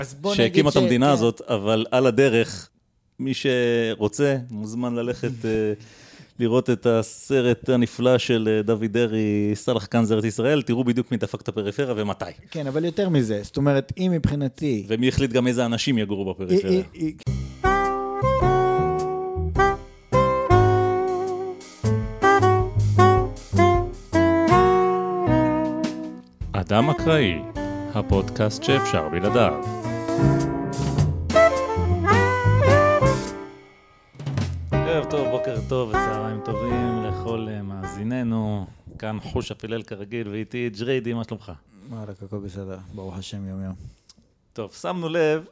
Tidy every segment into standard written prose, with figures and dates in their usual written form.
שהקים את המדינה הזאת, אבל על הדרך, מי שרוצה, מוזמן ללכת לראות את הסרט הנפלא של דוד דרי, סלח כאן זה ארץ ישראל, תראו בדיוק מי דפק את הפריפריה ומתי. כן, אבל יותר מזה, זאת אומרת, אם מבחינתי... ומי החליט גם איזה אנשים יגורו בפריפריה. אדם אקראי, הפודקאסט שאפשר בלעדיו. ערב טוב, בוקר טוב וצהריים טובים לכל מאזיננו. כאן חוש הפילל כרגיל ואיתי ג'ריידי, מה שלומך? וואלה, הכל בסדר, ברוך השם יום יום. טוב, שמנו לב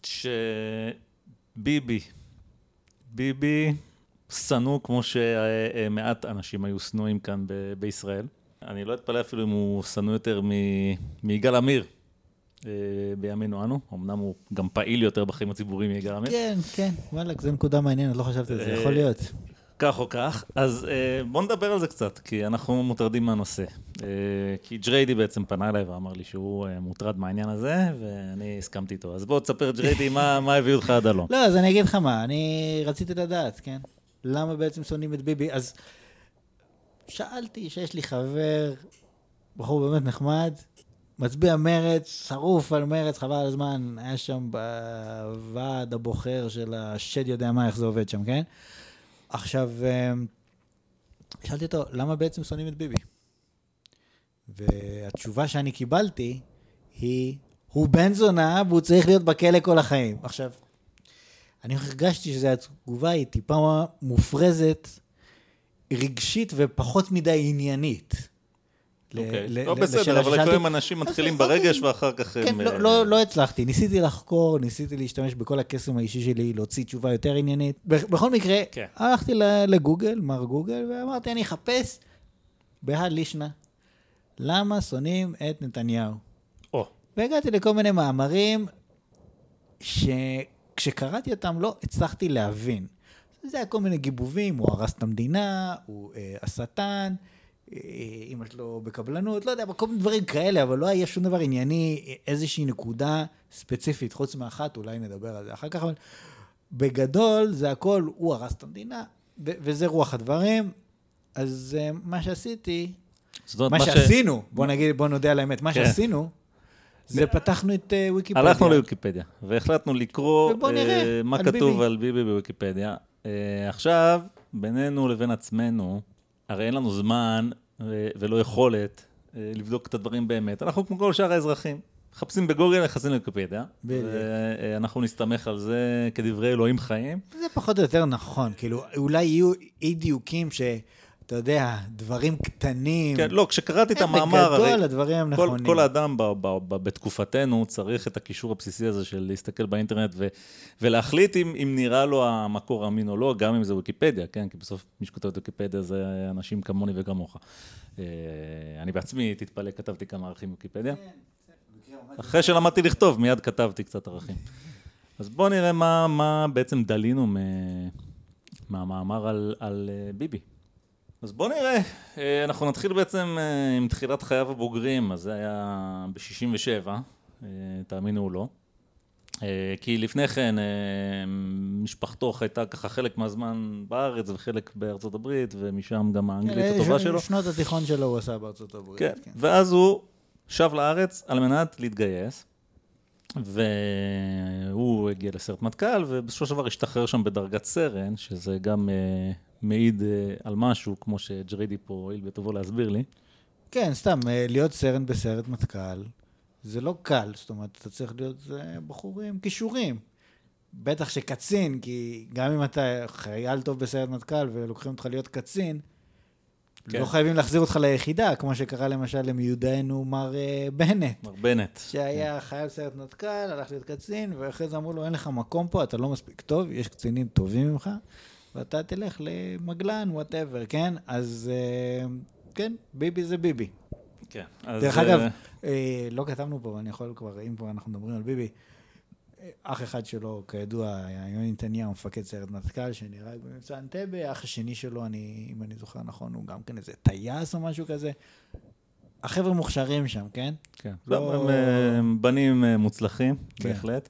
ביבי שנוא כמו שמעט אנשים היו שנואים כאן בישראל. אני לא אתפלא אפילו אם הוא שנוא יותר מיגאל עמיר בימינו אנו. אמנם הוא גם פעיל יותר בחיים הציבוריים מיגאל עמיר. כן, כן, וואלה, זו נקודה מעניינת, לא חשבתי על זה, יכול להיות. כך או כך. אז בואו נדבר על זה קצת, כי אנחנו מוטרדים מהנושא. כי ג'ריידי בעצם פנה אליי ואמר לי שהוא מוטרד מהעניין הזה, ואני הסכמתי איתו. אז בואו תספר ג'ריידי מה הביא אותך עד הלום. לא, אז אני אגיד לך מה, אני רציתי לדעת, כן? למה בעצם שונאים את ביבי? אז שאלתי שיש לי חבר, בחור באמת נחמד, מצביע מרץ, שרוף על מרץ, חבל על הזמן, היה שם בוועד הבוחר של השד יודע מה, איך זה עובד שם, כן? עכשיו, שאלתי אותו, למה בעצם שונאים את ביבי? והתשובה שאני קיבלתי היא, הוא בן זונה והוא צריך להיות בכלא כל החיים. עכשיו, אני הרגשתי שזו התגובה היא טיפה מופרזת, רגשית ופחות מדי עניינית. אוקיי, לא בסדר, אבל לפעמים אנשים מתחילים ברגש ואחר כך הם... כן, לא הצלחתי. ניסיתי לחקור, ניסיתי להשתמש בכל הקסם האישי שלי, להוציא תשובה יותר עניינית. בכל מקרה, הלכתי לגוגל, מר גוגל, ואמרתי, אני אחפש בהד לישנה, למה שונאים את נתניהו. והגעתי לכל מיני מאמרים, שכשקראתי אותם לא הצלחתי להבין. זה היה כל מיני גיבובים, הוא הרס את המדינה, הוא השטן, אמא שלו בקבלנות, לא יודע, כל מיני דברים כאלה, אבל לא היה שום דבר ענייני, איזושהי נקודה ספציפית, חוץ מאחת, אולי נדבר על זה אחר כך, אבל בגדול זה הכל, הוא הרס את המדינה, וזה רוח הדברים, אז מה שעשיתי, מה שעשינו, בוא נודה על האמת, מה שעשינו, זה פתחנו את ויקיפדיה. הלכנו לוויקיפדיה, והחלטנו לקרוא מה כתוב על ביבי בוויקיפדיה. עכשיו, בינינו לבין עצמנו, הרי אין לנו זמן ולא יכולת לבדוק את הדברים באמת. אנחנו כמו כל שאר האזרחים, מחפשים בגוגל, נכנסים לוויקיפדיה, ואנחנו נסתמך על זה כדברי אלוהים חיים. זה פחות או יותר נכון, כאילו אולי יהיו אי דיוקים אתה יודע, דברים קטנים. כן, לא, כשקראתי את המאמר, בגדול הדברים הם נכונים. כל האדם בתקופתנו צריך את הקישור הבסיסי הזה של להסתכל באינטרנט ולהחליט אם נראה לו המקור אמין או לא, גם אם זה ויקיפדיה, כן? כי בסוף מי שכותב את ויקיפדיה זה אנשים כמוני וכמוך. אני בעצמי, תתפלא, כתבתי כמה ערכים בוויקיפדיה. אחרי שלמדתי לכתוב, מיד כתבתי קצת ערכים. אז בואו נראה מה בעצם דלינו מהמאמר על ביבי. אז בוא נראה, אנחנו נתחיל בעצם עם תחילת חייו הבוגרים, אז זה היה ב-67, תאמינו או לא. כי לפני כן משפחתו הייתה ככה חלק מהזמן בארץ וחלק בארצות הברית, ומשם גם האנגלית הטובה שלו. שנות התיכון שלו הוא עשה בארצות הברית. כן, ואז הוא שב לארץ על מנת להתגייס, והוא הגיע לסיירת מטכ"ל, ובסופו של דבר השתחרר שם בדרגת סרן, שזה גם... מעיד על משהו, כמו שג'ריידי פה הועיל בטובו להסביר לי. כן, סתם, להיות סרן בסיירת מטכ"ל, זה לא קל, זאת אומרת, אתה צריך להיות בחורים קישורים. בטח שקצין, כי גם אם אתה חייל טוב בסיירת מטכ"ל ולוקחים אותך להיות קצין, כן. לא חייבים להחזיר אותך ליחידה, כמו שקרה למשל למיודענו מר בנט. מר בנט. שהיה חייל בסיירת מטכ"ל, הלך להיות קצין, ואחרי זה אמרו לו, אין לך מקום פה, אתה לא מספיק טוב, יש קצינים טובים ממך. ואתה תלך למגלן, whatever, כן? אז כן, ביבי זה ביבי. כן. דרך אגב, לא כתבנו פה, אני יכול כבר, אם פה אנחנו מדברים על ביבי, אח אחד שלו, כידוע, היה יוני נתניהו, מפקד סיירת מטכ"ל, שנהרג במבצע אנטבה, אח השני שלו, אם אני זוכר נכון, הוא גם כן איזה טייס או משהו כזה. החבר'ה מוכשרים שם, כן? כן, לא... הם בנים מוצלחים, כן. בהחלט.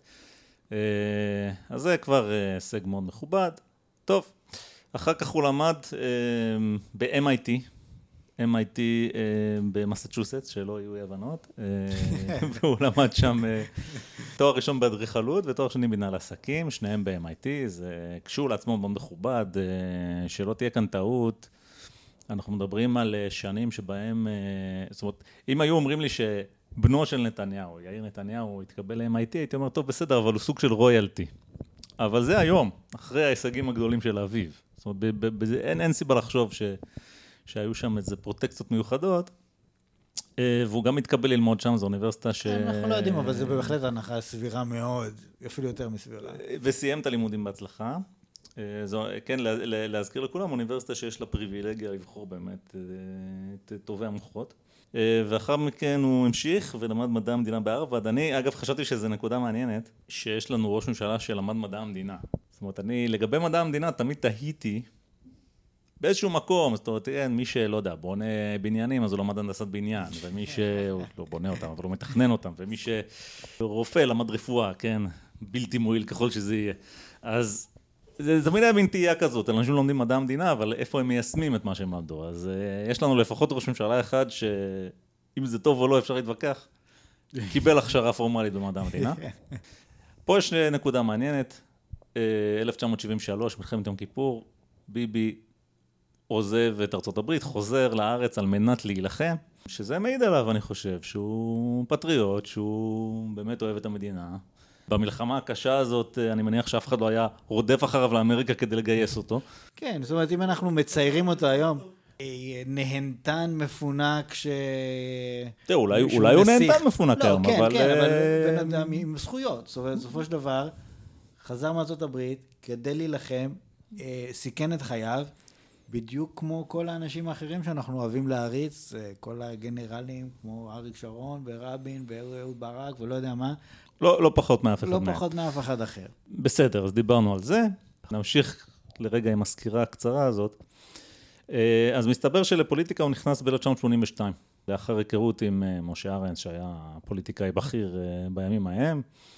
אז זה כבר הישג מאוד מכובד. טוב, אחר כך הוא למד ב-MIT, MIT במסצ'וסטס, שלא יהיו אי הבנות, והוא למד שם תואר ראשון באדריכלות ותואר שני במנהל עסקים, שניהם ב-MIT, זה קשור לעצמו מאוד מכובד, שלא תהיה כאן טעות. אנחנו מדברים על שנים שבהם, זאת אומרת, אם היו אומרים לי שבנו של נתניהו, יאיר נתניהו, התקבל ל-MIT, הייתי אומר, טוב, בסדר, אבל הוא סוג של רויאלטי. אבל זה היום, אחרי ההישגים הגדולים של אביו. זאת אומרת, אין סיבה לחשוב שהיו שם איזה פרוטקציות מיוחדות, והוא גם התקבל ללמוד שם, זו אוניברסיטה אנחנו לא יודעים, אבל זה בהחלט הנחה סבירה מאוד, אפילו יותר מסבירה. וסיים את הלימודים בהצלחה. כן, להזכיר לכולם, אוניברסיטה שיש לה פריבילגיה לבחור באמת את טובי המוחות. ואחר מכן הוא המשיך ולמד מדע המדינה בהרווארד. אני, אגב, חשבתי שזו נקודה מעניינת, שיש לנו ראש ממשלה שלמד מדע המדינה. זאת אומרת, אני לגבי מדע המדינה תמיד תהיתי באיזשהו מקום, זאת אומרת, מי שלא יודע, בונה בניינים, אז הוא למד הנדסת בניין, ומי לא בונה אותם, אבל הוא מתכנן אותם, ומי שרופא למד רפואה, כן, בלתי מועיל ככל שזה יהיה. אז זה תמיד היה מין תהייה כזאת, אנשים לומדים מדע המדינה, אבל איפה הם מיישמים את מה שהם למדו? אז יש לנו לפחות ראש ממשלה אחד, שאם זה טוב או לא אפשר להתווכח, קיבל הכשרה פורמלית במדע המדינה. פה יש נקודה מעניינת, 1973, מלחמת יום כיפור, ביבי עוזב את ארצות הברית, חוזר לארץ על מנת להילחם, שזה מעיד עליו, אני חושב, שהוא פטריוט, שהוא באמת אוהב את המדינה. במלחמה הקשה הזאת, אני מניח שאף אחד לא היה רודף אחריו לאמריקה כדי לגייס אותו. כן, זאת אומרת, אם אנחנו מציירים אותו היום, נהנתן מפונק תראה, אולי הוא נהנתן מפונק היום, אבל... כן, אבל בן אדם עם זכויות. זאת אומרת, בסופו של דבר, חזר מארצות הברית כדי להילחם, סיכן את חייו, בדיוק כמו כל האנשים האחרים שאנחנו אוהבים להריץ, כל הגנרלים, כמו אריק שרון ורבין ואהוד ברק ולא יודע מה. לא פחות מאף אחד לא פחות מאף אחד אחר. בסדר, אז דיברנו על זה. נמשיך לרגע עם הסקירה הקצרה הזאת. אז מסתבר שלפוליטיקה הוא נכנס ב-1982, לאחר היכרות עם משה ארנס, שהיה פוליטיקאי בכיר בימים ההם,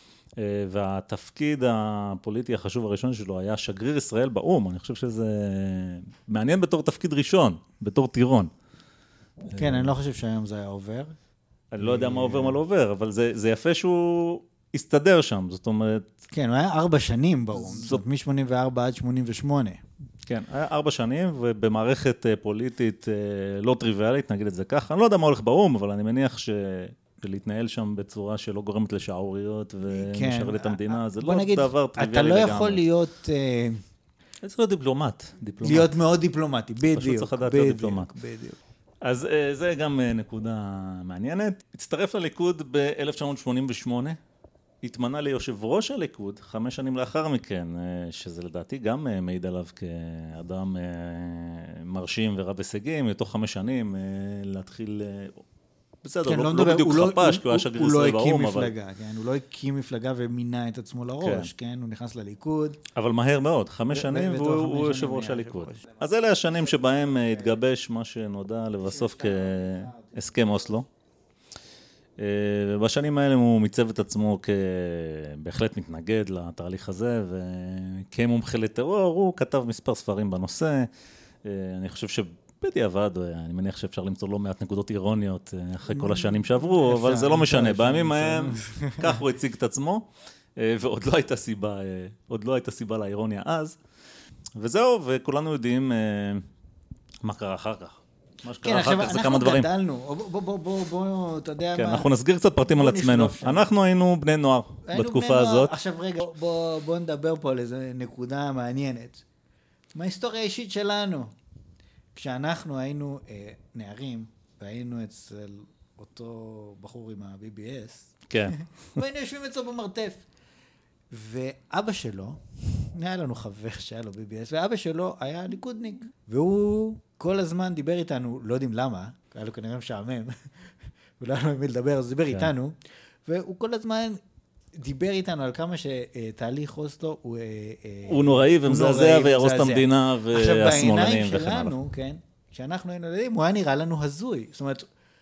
והתפקיד הפוליטי החשוב הראשון שלו היה שגריר ישראל באום. אני חושב שזה מעניין בתור תפקיד ראשון, בתור טירון. כן, אני לא חושב שהיום זה היה עובר. אני לא יודע מה עובר, מה לא עובר, אבל זה יפה שהוא הסתדר שם, זאת אומרת... כן, הוא היה 4 שנים באום, זאת מ-84 עד 88. כן, היה 4 שנים, ובמערכת פוליטית לא טריוויאלית, נגיד את זה ככה. אני לא יודע מה הולך באום, אבל אני מניח שלהתנהל שם בצורה שלא גורמת לשערוריות ומשרת את המדינה, זה לא דבר טריוויאלי לגמרי. אתה לא יכול להיות... צריך להיות דיפלומט. להיות מאוד דיפלומטי, בדיוק. פשוט צריך לדעת להיות דיפלומט. אז זה גם נקודה מעניינת. הצטרף לליכוד ב-1988, התמנה ליושב ראש הליכוד 5 שנים לאחר מכן, שזה לדעתי גם מעיד עליו כאדם מרשים ורב הישגים, מתוך 5 שנים להתחיל, בסדר, כן, לא בדיוק חפש, כי הוא היה שגריר ישראל באום, אבל... הוא לא הקים מפלגה ומינה את עצמו לראש, כן, הוא נכנס לליכוד. אבל מהר מאוד, 5 שנים והוא יושב ראש הליכוד. אז אלה השנים שבהם התגבש מה שנודע לבסוף כהסכם אוסלו. ובשנים האלה הוא מיצב את עצמו כבהחלט מתנגד לתהליך הזה, וכמומחה לטרור הוא כתב מספר ספרים בנושא. אני חושב שבדיעבד, אני מניח שאפשר למצוא לא מעט נקודות אירוניות אחרי כל השנים שעברו, אבל זה לא משנה. בימים ההם, כך הוא הציג את עצמו, ועוד לא הייתה סיבה לאירוניה אז. וזהו, וכולנו יודעים מה קרה אחר כך. כן, עכשיו אנחנו גדלנו, בוא, אתה יודע מה... כן, אנחנו נסגיר קצת פרטים על עצמנו. אנחנו היינו בני נוער בתקופה הזאת. עכשיו רגע, בוא נדבר פה על איזו נקודה מעניינת. מההיסטוריה האישית שלנו. כשאנחנו היינו נערים, והיינו אצל אותו בחור עם ה-BBS, כן. והיינו יושבים אצלו במרתף. ואבא שלו, היה לנו חבר שהיה לו BBS, ואבא שלו היה ליכודניק. והוא כל הזמן דיבר איתנו, לא יודעים למה, היה לו כנראה משעמם, ולא היה לו מי לדבר, אז דיבר איתנו, והוא כל הזמן דיבר איתנו על כמה שתהליך אוסלו הוא נוראי ומזעזע וירוס את המדינה והשמאלנים עכשיו בעיניים שלנו, כן, כשאנחנו היינו ילדים, הוא היה נראה לנו הזוי. זאת אומרת,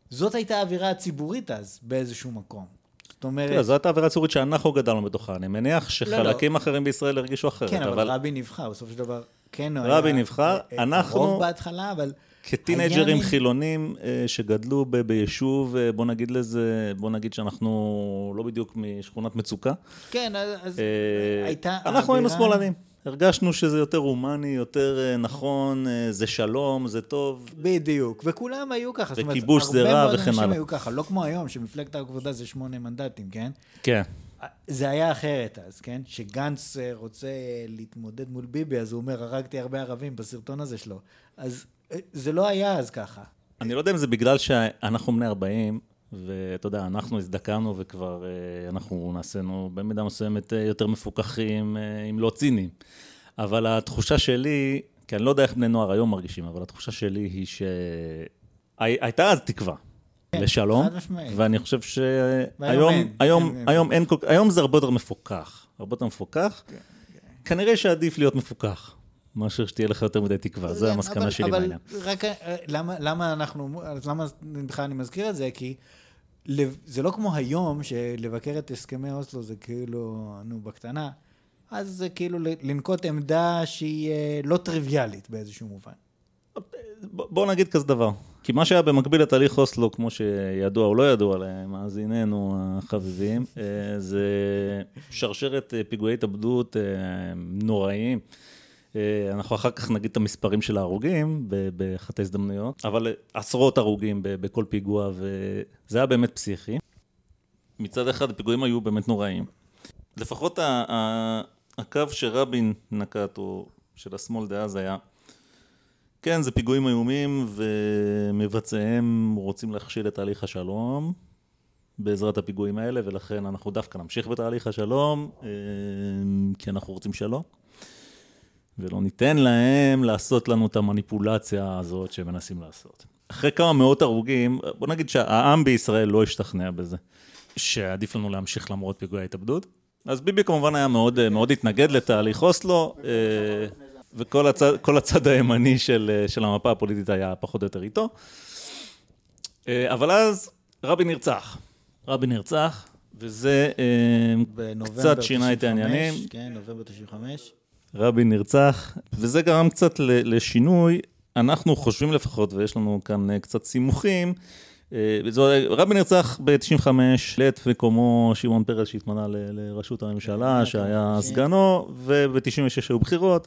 זאת הייתה האווירה הציבורית אז, באיזשהו מקום. זאת אומרת... זאת האווירה הציבורית שאנחנו גדלנו בתוכה. אני מניח שחלקים אחרים בישראל הרגישו אחרת. כן, אבל רבין נבחר, בסופו של דבר, כן, רבין נבחר, אנחנו... רוב בהתחלה, אבל... כטינג'רים חילונים שגדלו ביישוב, בוא נגיד שאנחנו לא בדיוק משכונת מצוקה. כן, אז הייתה... אנחנו היינו שמאלנים. הרגשנו שזה יותר הומני, יותר נכון, זה שלום, זה טוב. בדיוק, וכולם היו ככה. וכיבוש זה רע וכן הלאה. הרבה מאוד אנשים היו ככה, לא כמו היום, שמפלגת העבודה זה 8 מנדטים, כן? כן. זה היה אחרת אז, כן? שגנץ רוצה להתמודד מול ביבי, אז הוא אומר, הרגתי הרבה ערבים בסרטון הזה שלו. אז זה לא היה אז ככה. אני לא יודע אם זה בגלל שאנחנו בני 40, ואתה יודע, אנחנו הזדקנו וכבר אנחנו נעשינו במידה מסוימת יותר מפוקחים, אם לא ציניים. אבל התחושה שלי, כי אני לא יודע איך בני נוער היום מרגישים, אבל התחושה שלי היא שהייתה אז תקווה לשלום, ואני חושב שהיום זה הרבה יותר מפוקח. הרבה יותר מפוקח. כנראה שעדיף להיות מפוקח. מאשר שתהיה לך יותר מדי תקווה, זה המסקנה שלי בעניין. אבל רק, למה בכלל אני מזכיר את זה? כי זה לא כמו היום, שלבקר את הסכמי אוסלו זה כאילו, בקטנה, אז זה כאילו לנקוט עמדה שהיא לא טריוויאלית באיזשהו מובן. בואו נגיד כזה דבר, כי מה שהיה במקביל לתהליך אוסלו, כמו שידוע או לא ידוע להם, מאזיננו החביבים, זה שרשרת פיגועי התאבדות נוראיים, אנחנו אחר כך נגיד את המספרים של ההרוגים באחת ההזדמנויות, אבל עשרות הרוגים בכל פיגוע, וזה היה באמת פסיכי. מצד אחד הפיגועים היו באמת נוראים. לפחות הקו שרבין נקט, או של השמאל דאז היה, כן, זה פיגועים איומים, ומבצעיהם רוצים להכשיל את תהליך השלום, בעזרת הפיגועים האלה, ולכן אנחנו דווקא נמשיך בתהליך השלום, כי אנחנו רוצים שלום. ולא ניתן להם לעשות לנו את המניפולציה הזאת שמנסים לעשות. אחרי כמה מאות הרוגים, בוא נגיד שהעם בישראל לא השתכנע בזה, שעדיף לנו להמשיך למרות פיגועי ההתאבדות. אז ביבי כמובן היה מאוד התנגד לתהליך אוסלו, וכל הצד הימני של המפה הפוליטית היה פחות או יותר איתו. אבל אז רבין נרצח, וזה קצת שינה את העניינים. כן, נובמבר 95. רבין נרצח, וזה גרם קצת לשינוי. אנחנו חושבים לפחות, ויש לנו כאן קצת סימוכים, רבין נרצח ב-95, לית וקומו שמעון פרס שהתמנה לראשות הממשלה, שהיה סגנו, וב-96 היו בחירות,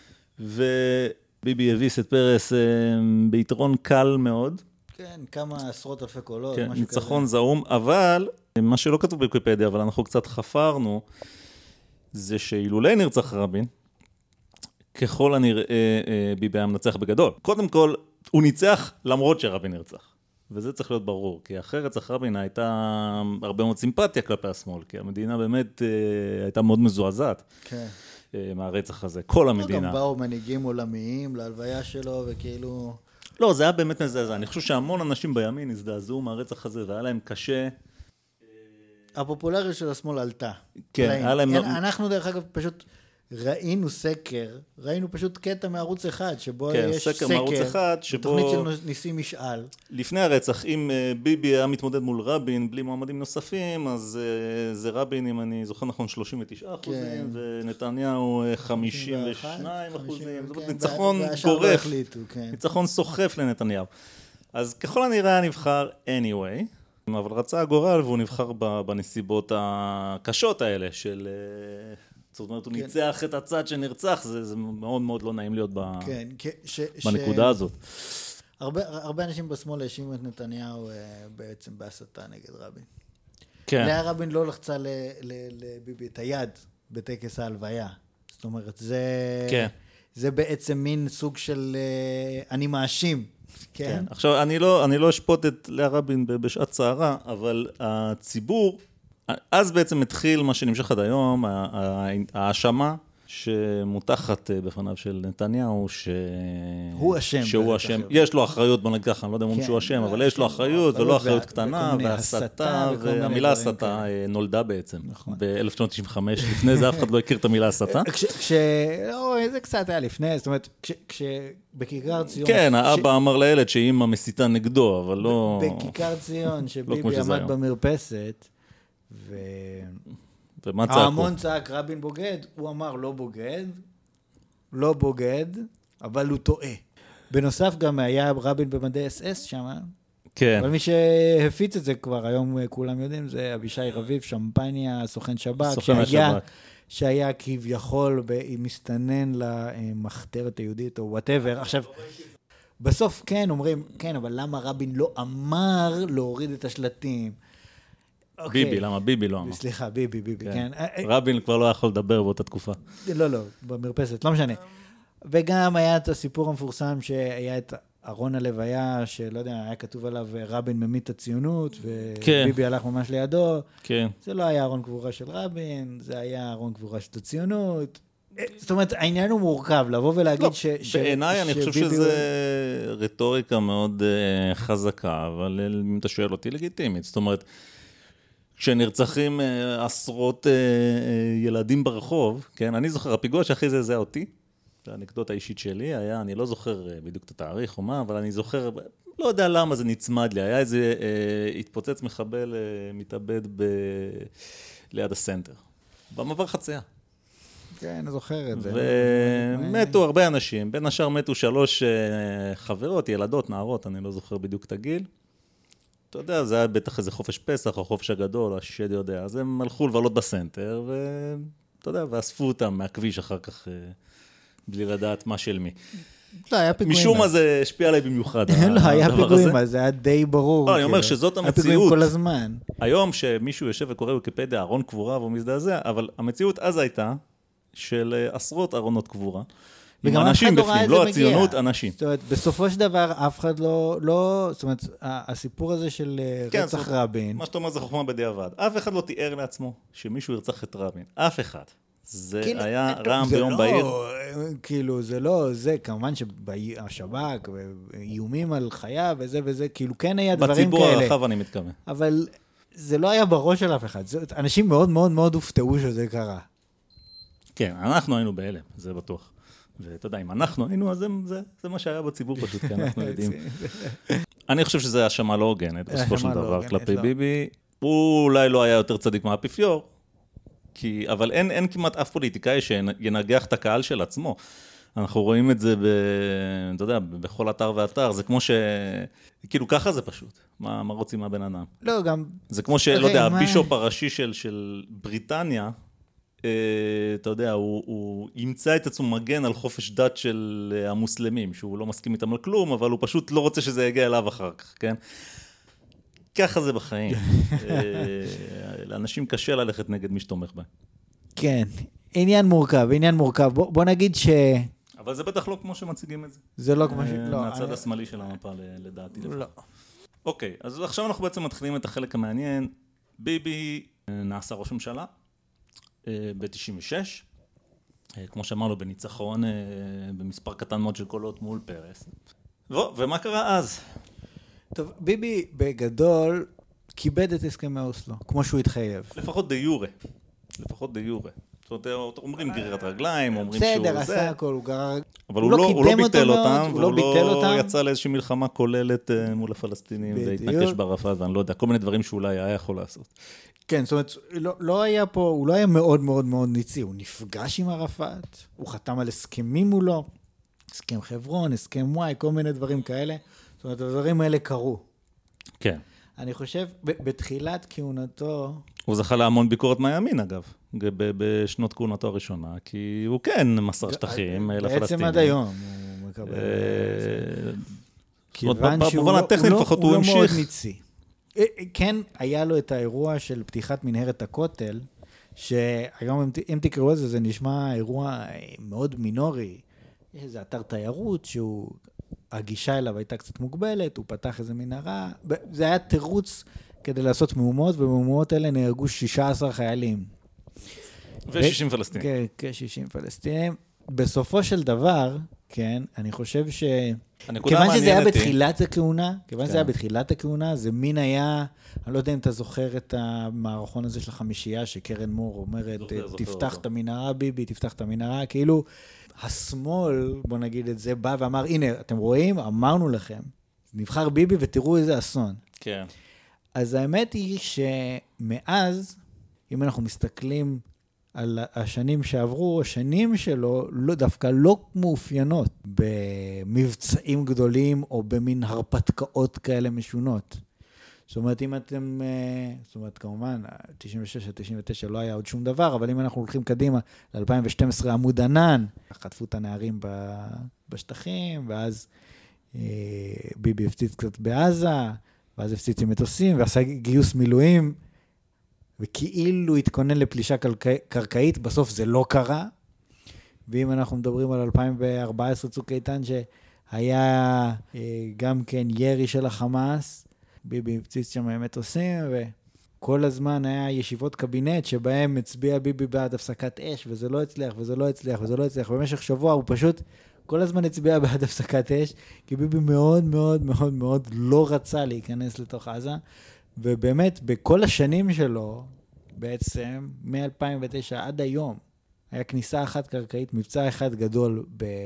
וביבי הביס את פרס ביתרון קל מאוד. כן, כמה עשרות אלפי קולות, כן, ניצחון זעום, אבל מה שלא כתוב בוויקיפדיה, אבל אנחנו קצת חפרנו, זה שאילולי נרצח רבין, ככל הנראה ביבי היה מנצח בגדול. קודם כל, הוא ניצח למרות שרבין נרצח. וזה צריך להיות ברור, כי אחרי רצח רבין הייתה הרבה מאוד סימפתיה כלפי השמאל, כי המדינה באמת הייתה מאוד מזועזעת מהרצח הזה, כל המדינה. גם באו מנהיגים עולמיים להלוויה שלו, וכאילו... לא, זה היה באמת מזעזע. אני חושב שהמון אנשים בימין הזדעזעו מהרצח הזה, והיה להם קשה. הפופולריות של השמאל עלתה. כן, היה להם... אנחנו דרך אגב פשוט... ראינו פשוט קטע מערוץ אחד, שבו יש סקר, בתוכנית של ניסים משאל. לפני הרצח, אם ביבי היה מתמודד מול רבין, בלי מועמדים נוספים, אז זה רבין, אם אני זוכר נכון, 39%, ונתניהו 52%, זאת ניצחון גורף, ניצחון סוחף לנתניהו. אז ככל הנראה היה נבחר anyway, אבל רצה הגורל, והוא נבחר בנסיבות הקשות האלה של... זאת אומרת, הוא ניצח את הצד שנרצח, זה מאוד מאוד לא נעים להיות בנקודה הזאת. הרבה אנשים בשמאל האשימו את נתניהו בעצם בהסתה נגד רבין. כן. לאה רבין לא לחצה לביבי את היד בטקס ההלוויה. זאת אומרת, זה בעצם מין סוג של אני מאשים. כן. עכשיו, אני לא אשפוט את לאה רבין בשעת צערה, אבל הציבור... אז בעצם התחיל מה שנמשך עד היום, האשמה שמותחת בפניו של נתניהו, הוא אשם. שהוא אשם. יש לו אחריות, בוא נגיד ככה, אני לא יודע אם שהוא אשם, אבל יש לו אחריות, ולא אחריות קטנה, והסתה, והמילה הסתה נולדה בעצם. ב-1995, לפני זה אף אחד לא הכיר את המילה הסתה. זה קצת היה לפני, זאת אומרת, בכיכר ציון... כן, האבא אמר לילד שאמא מסיתה נגדו, אבל לא... בכיכר ציון, שביבי עמד במרפסת, ומה צעקו? ההמון צעק רבין בוגד, הוא אמר לא בוגד, אבל הוא טועה. בנוסף גם היה רבין במדי אס-אס שם, כן. אבל מי שהפיץ את זה כבר, היום כולם יודעים, זה אבישי רביב, שמפניה, סוכן שב"כ, שהיה כביכול מסתנן למחתרת היהודית או whatever. עכשיו, בסוף כן אומרים, כן, אבל למה רבין לא אמר להוריד את השלטים? ביבי, למה ביבי לא אמר? סליחה, ביבי, כן. רבין כבר לא יכול לדבר באותה תקופה. לא, במרפסת, לא משנה. וגם היה את הסיפור המפורסם שהיה את ארון הלוויה, שלא יודע, היה כתוב עליו רבין ממית את הציונות, וביבי הלך ממש לידו. כן. זה לא היה ארון קבורה של רבין, זה היה ארון קבורה של הציונות. זאת אומרת, העניין הוא מורכב, לבוא ולהגיד בעיניי אני חושב שזה רטוריקה מאוד חזקה, אבל אם אתה שואל אותי, לגיטימית. זאת אומרת, כשנרצחים עשרות ילדים ברחוב, כן, אני זוכר, הפיגוע שהכי זה אותי, האנקדוטה האישית שלי היה, אני לא זוכר בדיוק את התאריך או מה, אבל אני זוכר, לא יודע למה זה נצמד לי, היה איזה התפוצץ מחבל מתאבד ליד הסנטר, במעבר חצייה. כן, אני זוכר את זה. ומתו הרבה אנשים, בין השאר מתו 3 חברות, ילדות, נערות, אני לא זוכר בדיוק את הגיל. אתה יודע, זה היה בטח איזה חופש פסח או חופש הגדול, השד יודע, אז הם הלכו לבלות בסנטר, ואתה יודע, ואספו אותם מהכביש אחר כך, בלי לדעת מה של מי. לא, היה פיגועים. משום מה זה השפיע עליי במיוחד. לא, היה פיגועים, אז זה היה די ברור. לא, אני אומר שזאת המציאות. היה פיגועים כל הזמן. היום שמישהו יושב וקורא ויקיפדיה, ארון קבורה והוא מזדעזע, אבל המציאות אז הייתה של עשרות ארונות קבורה. עם אנשים בפנים, לא הציונות, אנשים. זאת אומרת, בסופו של דבר, אף אחד לא, זאת אומרת, הסיפור הזה של רצח רבין. מה שאתה אומר זה חוכמה בדיעבד. אף אחד לא תיאר לעצמו שמישהו ירצח את רבין. אף אחד. זה היה רעם ביום בהיר. כאילו, זה לא, זה כמובן שהשב"כ, איומים על חיה וזה וזה, כאילו כן היה דברים כאלה. בציבור הרחב אני מתכוון. אבל זה לא היה בראש של אף אחד. אנשים מאוד מאוד מאוד הופתעו שזה קרה. כן, אנחנו היינו בהלם, זה בטוח. ואתה יודע, אם אנחנו היינו, אז זה מה שהיה בציבור פשוט, כי אנחנו יודעים. אני חושב שזה האשמה לא הוגנת, בסופו של דבר, כלפי ביבי. הוא אולי לא היה יותר צדיק מהאפיפיור, אבל אין כמעט אף פוליטיקאי שינגח את הקהל של עצמו. אנחנו רואים את זה, אתה יודע, בכל אתר ואתר, זה כמו כאילו ככה זה פשוט. מה רוצים מהבן אדם? לא, גם... זה כמו שלא יודע, הבישופ הראשי של בריטניה, אתה יודע, הוא ימצא את עצמו מגן על חופש דת של המוסלמים, שהוא לא מסכים איתם על כלום, אבל הוא פשוט לא רוצה שזה יגיע אליו אחר כך, כן? ככה זה בחיים. לאנשים קשה ללכת נגד מי שתומך בהם. כן, עניין מורכב. בוא נגיד אבל זה בטח לא כמו שמציגים את זה. זה לא כמו לא. מהצד השמאלי של המפה, לדעתי. לא. אוקיי, אז עכשיו אנחנו בעצם מתחילים את החלק המעניין. ביבי נעשה ראש ממשלה. ב-96, כמו שאמרנו, בניצחון, במספר קטן מאוד של קולות מול פרס. ומה קרה אז? טוב, ביבי בגדול כיבד את הסכמי אוסלו, כמו שהוא התחייב. לפחות די יורה. זאת אומרת, אומרים גרירת רגליים, אומרים שהוא זה. בסדר, עשה הכל, הוא גרר... אבל הוא לא ביטל אותם, והוא לא יצא לאיזושהי מלחמה כוללת מול הפלסטינים, והתנקש בערפאת, ואני לא יודע, כל מיני דברים שאולי היה יכול לעשות. כן, זאת אומרת, לא היה פה, הוא לא היה מאוד מאוד מאוד ניצי, הוא נפגש עם ערפאת, הוא חתם על הסכמים מולו, הסכם חברון, הסכם וואי, כל מיני דברים כאלה, זאת אומרת, הדברים האלה קרו. כן. אני חושב, בתחילת כהונתו... הוא זכה להמון ביקורת מהימין, אגב, בשנות כהונתו הראשונה, כי הוא כן מסר שטחים לפלסטינים. בעצם עד היום הוא מקבל... כיוון שהוא לא מאוד ניצי. כן, היה לו את האירוע של פתיחת מנהרת הכותל, שהיום, אם תקראו את זה, זה נשמע אירוע מאוד מינורי. יש איזה אתר תיירות הגישה אליו הייתה קצת מוגבלת, הוא פתח איזה מנהרה, זה היה תירוץ כדי לעשות מהומות, ובמהומות האלה נהרגו 16 חיילים. ו-60 פלסטינים. כן, כ-60 פלסטינים. בסופו של דבר, כן, אני חושב כיוון שזה היה בתחילת הכהונה, זה מין היה, אני לא יודע אם אתה זוכר את המערכון הזה של החמישייה, שקרן מור אומרת, תפתח את המנהרה, ביבי, תפתח את המנהרה, כאילו, השמאל, בוא נגיד את זה, בא ואמר, הנה, אתם רואים? אמרנו לכם, נבחר ביבי ותראו איזה אסון. כן. אז האמת היא שמאז, אם אנחנו מסתכלים על השנים שעברו, השנים שלו דווקא לא מאופיינות במבצעים גדולים או במין הרפתקאות כאלה משונות. זאת אומרת, כמובן, 96 עד 99 לא היה עוד שום דבר, אבל אם אנחנו הולכים קדימה, ל-2012 עמוד ענן, חטפו את הנערים בשטחים, ואז ביבי הפציץ קצת בעזה, ואז הפציץ עם מטוסים, ועשה גיוס מילואים, וכאילו התכונן לפלישה קרקעית, בסוף זה לא קרה. ואם אנחנו מדברים על 2014 צוק איתן, שהיה גם כן ירי של החמאס, ביבי הפציץ שם מטוסים, וכל הזמן היה ישיבות קבינט, שבהם הצביע ביבי בעד הפסקת אש, וזה לא הצליח, וזה לא הצליח, וזה לא הצליח. במשך שבוע הוא פשוט כל הזמן הצביע בעד הפסקת אש, כי ביבי מאוד מאוד מאוד מאוד לא רצה להיכנס לתוך עזה, ובאמת, בכל השנים שלו, בעצם, מ-2009 עד היום, היה כניסה אחת קרקעית, מבצע אחד גדול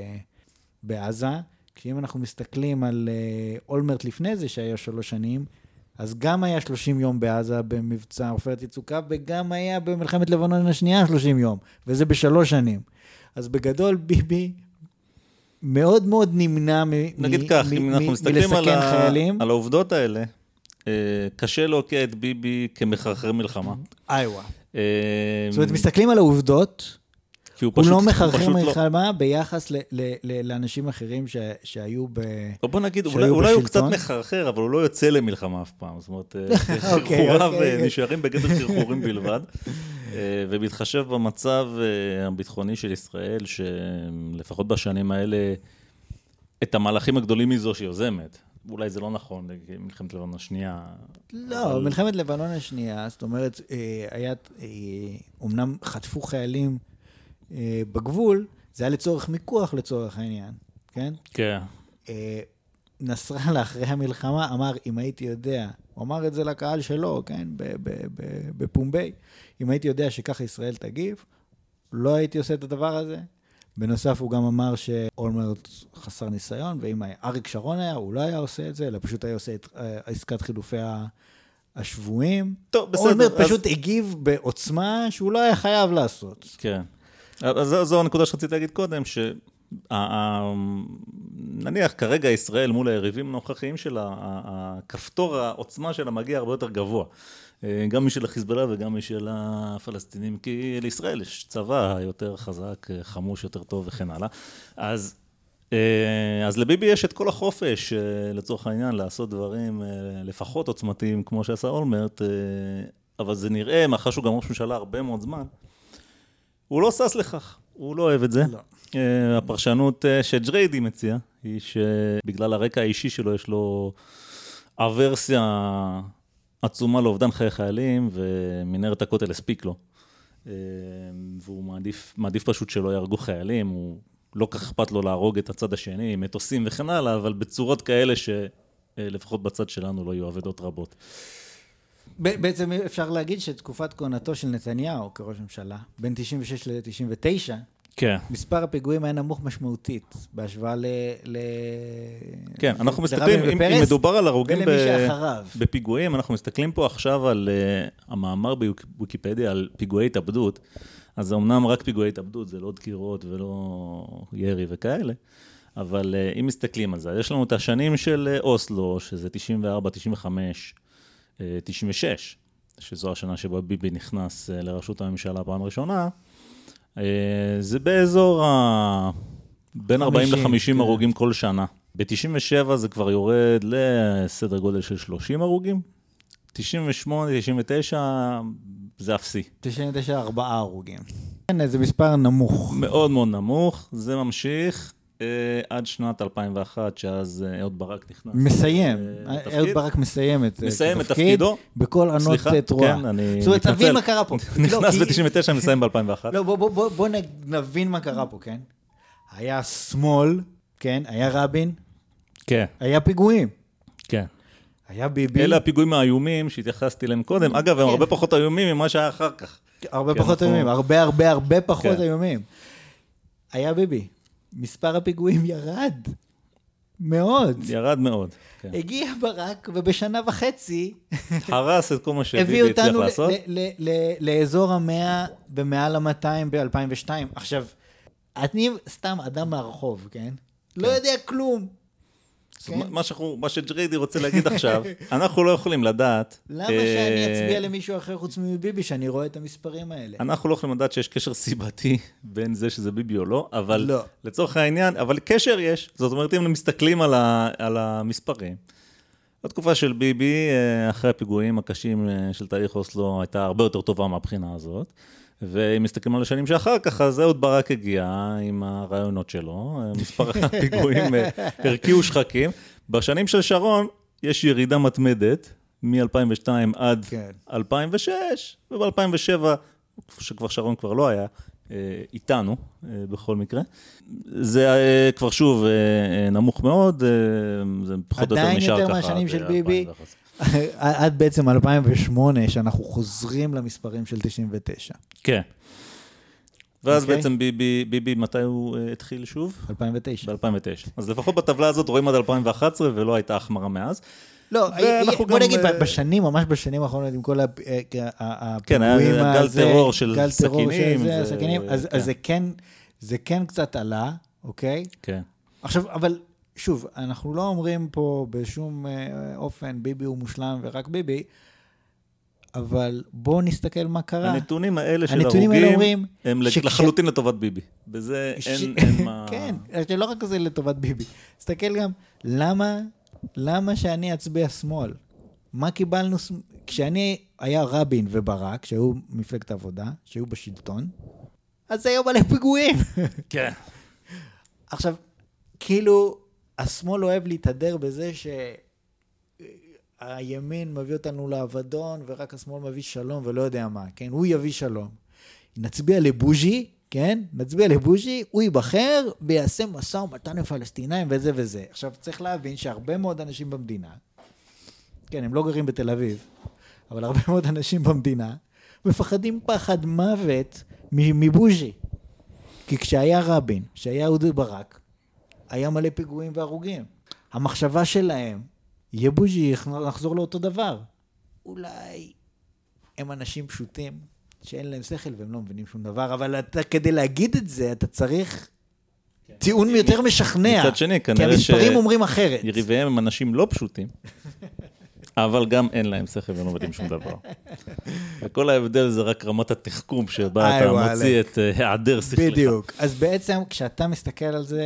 בעזה, כשאם אנחנו מסתכלים על אולמרט לפני זה, שהיה 3 שנים, אז גם היה 30 יום בעזה במבצע עופרת יצוקה, וגם היה במלחמת לבנון השנייה 30 יום, וזה ב3 שנים. אז בגדול, ביבי מאוד מאוד נמנע נגיד כך, אם אנחנו מסתכלים על העובדות האלה, קשה להוקיע את ביבי כמחרחר מלחמה. איווה. זאת אומרת, מסתכלים על העובדות, הוא לא מחרחר מלחמה ביחס לאנשים אחרים שהיו בוא נגיד, אולי הוא קצת מחרחר, אבל הוא לא יוצא למלחמה אף פעם. זאת אומרת, חרחוריו נשארים בגדר חרחורים בלבד, ומתחשב במצב הביטחוני של ישראל, שלפחות בשנים האלה, את המהלכים הגדולים מזו שיוזמת. אולי זה לא נכון, מלחמת לבנון השנייה. לא, מלחמת לבנון השנייה, זאת אומרת, אמנם חטפו חיילים בגבול, זה היה לצורך מיקוח לצורך העניין, כן? כן. נסראללה אחרי המלחמה אמר, אם הייתי יודע, הוא אמר את זה לקהל שלו, כן? בפומבי, אם הייתי יודע שככה ישראל תגיב, לא הייתי עושה את הדבר הזה. בנוסף הוא גם אמר שאולמרט חסר ניסיון, ואם אריק שרון היה, הוא לא היה עושה את זה, אלא פשוט היה עושה את עסקת חילופי השבויים. טוב, בסדר. אולמרט פשוט הגיב בעוצמה שהוא לא היה חייב לעשות. כן. אז זו הנקודה שרציתי להגיד קודם, נניח כרגע ישראל מול היריבים הנוכחיים שלה, הכפתור העוצמה שלה מגיע הרבה יותר גבוה. גם משל החיזבאללה וגם משל הפלסטינים, כי לישראל יש צבא יותר חזק, חמוש יותר טוב וכן הלאה. אז לביבי יש את כל החופש, לצורך העניין, לעשות דברים לפחות עוצמתיים, כמו שעשה אולמרט, אבל זה נראה, מאחר שהוא גם ראש ממשלה הרבה מאוד זמן, הוא לא סס לכך, הוא לא אוהב את זה. לא. הפרשנות שג'ריידי מציע, היא שבגלל הרקע האישי שלו, יש לו אברסיה עצומה לאובדן חיי חיילים, ומנהרת הכותל הספיק לו. והוא מעדיף פשוט שלא יהרגו חיילים, הוא לא כך אכפת לו להרוג את הצד השני, מטוסים וכן הלאה, אבל בצורות כאלה שלפחות בצד שלנו לא יהיו אבדות רבות. בעצם אפשר להגיד שתקופת כהונתו של נתניהו כראש ממשלה, בין 96 ל-99, כן. מספר הפיגועים היה נמוך משמעותית, בהשוואה כן, אנחנו מסתכלים, אם מדובר על הרוגים בפיגועים, אנחנו מסתכלים פה עכשיו על המאמר בוויקיפדיה על פיגועי התאבדות, אז זה אמנם רק פיגועי התאבדות, זה לא דקירות ולא ירי וכאלה, אבל אם מסתכלים על זה, יש לנו את השנים של אוסלו, שזה 94, 95, 96, שזו השנה שבה ביבי נכנס לראשות הממשלה פעם ראשונה, זה באזור בין 40 ל-50 הרוגים כל שנה. ב-97 זה כבר יורד לסדר גודל של 30 הרוגים. 98, 99 זה אפסי. 99, 4 הרוגים. זה מספר נמוך. מאוד מאוד נמוך, זה ממשיך. עד שנת 2001, שאז אהוד ברק נכנס. מסיים. אהוד ברק מסיים את תפקידו. בכל ענות תרועה. כן, אני זאת אומרת, תבין מה קרה פה. נכנס ב-99, מסיים ב-2001. לא, בוא נבין מה קרה פה, כן? היה שמאל, כן? היה רבין. כן. היה פיגועים. כן. היה ביבי. אלה הפיגועים האיומים שהתייחסתי להם קודם. אגב, הם הרבה פחות איומים ממה שהיה אחר כך. הרבה פחות איומים. הרבה פחות איומים. היה ביבי. מספר הפיגועים ירד. מאוד. ירד מאוד. הגיע ברק, ובשנה וחצי... הרס את כל מה שביבי הצליח לעשות. הביא אותנו לאזור 100 ומעל 200 ב-2002. עכשיו, אני סתם אדם מהרחוב, כן? לא יודע כלום. מה שג'ריידי רוצה להגיד עכשיו, אנחנו לא יכולים לדעת... למה שאני אצביע למישהו אחר חוץ מביבי, שאני רואה את המספרים האלה? אנחנו לא יכולים לדעת שיש קשר סיבתי בין זה שזה ביבי או לא, אבל לצורך העניין, אבל קשר יש. זאת אומרת, אם מסתכלים על המספרים, בתקופה של ביבי, אחרי הפיגועים הקשים של תהליך אוסלו, הייתה הרבה יותר טובה מהבחינה הזאת, ואם מסתכלים על השנים שאחר כך, אז אהוד ברק הגיע עם הרעיונות שלו, מספר הפיגועים הרקיעו שחקים. בשנים של שרון יש ירידה מתמדת, מ-2002 עד 2006, וב-2007, שכבר שרון כבר לא היה, איתנו בכל מקרה. זה כבר שוב נמוך מאוד, זה פחות או יותר נשאר ככה. עדיין יותר מהשנים של ביבי. עד בעצם 2008, שאנחנו חוזרים למספרים של 99. כן. ואז בעצם ביבי, מתי הוא התחיל שוב? 2009. ב-2009. אז לפחות בטבלה הזאת רואים עד 2011, ולא הייתה החמרה מאז. לא, בוא נגיד, בשנים, ממש בשנים האחרונות, עם כל הפיגועים, כן, היה גל טרור של סכינים. אז זה כן קצת עלה, אוקיי? כן. עכשיו, אבל... שוב, אנחנו לא אומרים פה בשום אופן ביבי הוא מושלם ורק ביבי, אבל בואו נסתכל מה קרה. הנתונים האלה של הרוגים הם לחלוטין לטובת ביבי. בזה אין מה... כן, לא רק זה לטובת ביבי. תסתכל גם, למה שאני אצביע שמאל? מה קיבלנו? כשאני היה רבין וברק, שהיו מפלגת העבודה, שהיו בשלטון, אז היו מלא פיגועים. כן. עכשיו, כאילו... השמאל אוהב להתהדר בזה שהימין מביא אותנו לאבדון, ורק השמאל מביא שלום ולא יודע מה, כן? הוא יביא שלום. נצביע לבוז'י, כן? נצביע לבוז'י, הוא ייבחר ויעשה מסע ומתן לפלסטינאים וזה וזה. עכשיו צריך להבין שהרבה מאוד אנשים במדינה, כן, הם לא גרים בתל אביב, אבל הרבה מאוד אנשים במדינה, מפחדים פחד מוות מבוז'י. כי כשהיה רבין, כשהיה אהוד ברק, היה מלא פיגועים והרוגים. המחשבה שלהם, יהיה בוז'י, נחזור לאותו דבר. אולי הם אנשים פשוטים, שאין להם שכל והם לא מבינים שום דבר, אבל אתה, כדי להגיד את זה, אתה צריך טיעון יותר משכנע. מצד שני, כנראה כי המספרים אומרים אחרת. יריביהם הם אנשים לא פשוטים, אבל גם אין להם שכל והם לא מבינים שום דבר. וכל ההבדל זה רק רמת התחכום, שבה אתה מוציא את העדר שכלך. בדיוק. אז בעצם, כשאתה מסתכל על זה,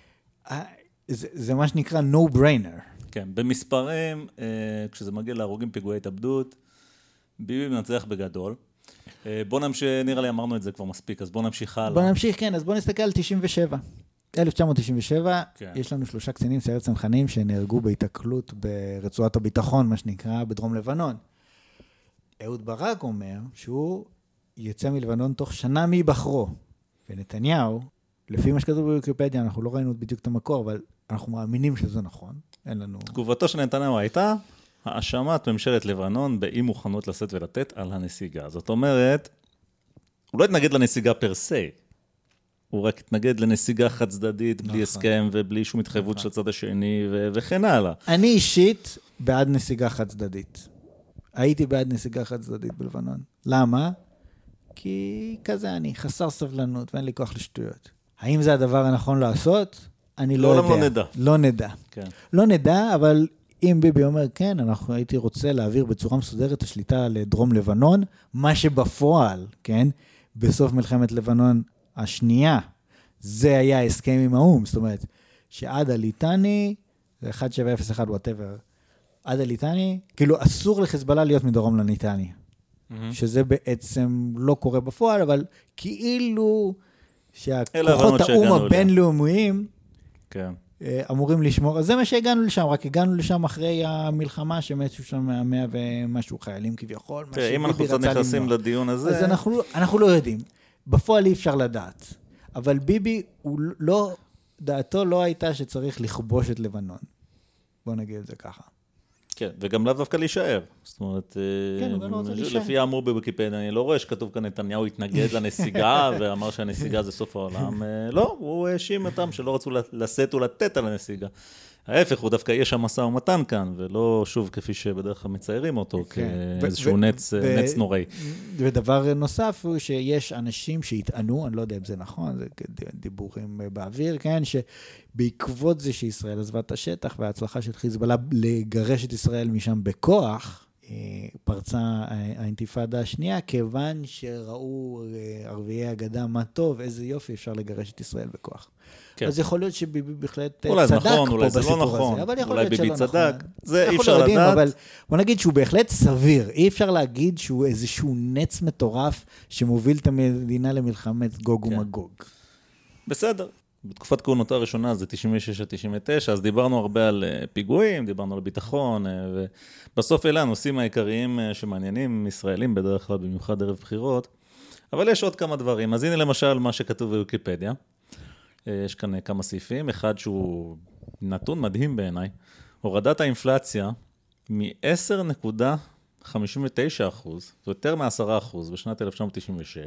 זה מה שנקרא no brainer. כן, במספרים, כשזה מגיע להרוגים פיגועי התאבדות, ביבי מנצח בגדול. בוא נמשיך, נראה לי אמרנו את זה כבר מספיק, אז בוא נמשיך הלאה. בוא נמשיך, כן, אז בוא נסתכל על 97. 1997, כן. יש לנו 3 קצינים סיירת צנחנים שנהרגו בהתקלות ברצועת הביטחון, מה שנקרא, בדרום לבנון. אהוד ברק אומר שהוא יצא מלבנון תוך שנה מבחרו, ונתניהו, לפי מה שכתוב בוויקיפדיה, אנחנו לא ראינו בדיוק את המקור, אבל אנחנו מאמינים שזה נכון. אין לנו... תגובתו של נתניהו הייתה, האשמת ממשלת לבנון באי מוכנות לשאת ולתת על הנסיגה. זאת אומרת, הוא לא התנגד לנסיגה פר סי, הוא רק התנגד לנסיגה חד צדדית, בלי הסכם ובלי שום התחייבות של הצד השני וכן הלאה. אני אישית בעד נסיגה חד צדדית. הייתי בעד נסיגה חד צדדית בלבנון. למה? כי כזה אני חסר סבלנות ואין לי כוח לשטויות. האם זה הדבר הנכון לעשות? אני לא יודע. לא נדע. לא נדע. כן. לא נדע, אבל אם ביבי אומר, כן, הייתי רוצה להעביר בצורה מסודרת השליטה לדרום לבנון, מה שבפועל, כן, בסוף מלחמת לבנון השנייה, זה היה הסכם עם האום, זאת אומרת, שעד הליטני, 1701 whatever, עד הליטני, כאילו אסור לחזבאללה להיות מדרום לליטני, שזה בעצם לא קורה בפועל, אבל כאילו שהכוחות האום הבינלאומיים כן. אמורים לשמור, אז זה מה שהגענו לשם, רק הגענו לשם אחרי המלחמה, שמתו שם 100 ומשהו חיילים כביכול, מה אם אנחנו קצת נכנסים לדיון הזה... אז אנחנו לא יודעים. בפועל אי אפשר לדעת. אבל ביבי, דעתו לא הייתה שצריך לכבוש את לבנון. בוא נגיד את זה ככה. כן, וגם לאו דווקא להישאר. זאת אומרת, כן, הוא גם לא רוצה להישאר. לפי האמור בוויקיפדיה, אני לא רואה שכתוב כאן נתניהו התנגד לנסיגה, ואמר שהנסיגה זה סוף העולם. לא, הוא האשים אותם שלא רצו לשאת ולתת על הנסיגה. ההפך, הוא דווקא יש שם משא ומתן כאן, ולא שוב כפי שבדרך כלל מציירים אותו, כאיזשהו נץ נוראי. ודבר נוסף הוא שיש אנשים שהתענו, אני לא יודע אם זה נכון, זה דיבורים באוויר, כן, שבעקבות זה שישראל עזבה את השטח, וההצלחה של חיזבאללה לגרש את ישראל משם בכוח, פרצה האינתיפאדה השנייה, כיוון שראו ערביי הגדה מה טוב, איזה יופי אפשר לגרש את ישראל בכוח. כן. אז יכול להיות שביבי בהחלט צדק נכון, פה אולי בסיפור לא נכון, הזה, אבל יכול אולי להיות ביבי שלא צדק, נכון. זה אי אפשר לדעת. יודעים, אבל בוא נגיד שהוא בהחלט סביר, אי אפר להגיד שהוא איזשהו נץ מטורף שמוביל את המדינה למלחמת גוג כן. ומגוג. בסדר. בתקופת כהונתו הראשונה זה 96 עד 99, אז דיברנו הרבה על פיגועים, דיברנו על ביטחון, ובסוף אלה הנושאים העיקריים שמעניינים ישראלים בדרך כלל, במיוחד ערב בחירות, אבל יש עוד כמה דברים. אז הנה למשל מה שכתוב בוויקיפדיה, יש כאן כמה סעיפים, אחד שהוא נתון מדהים בעיניי, הורדת האינפלציה מ-10.59%, זה יותר מ-10% בשנת 1996,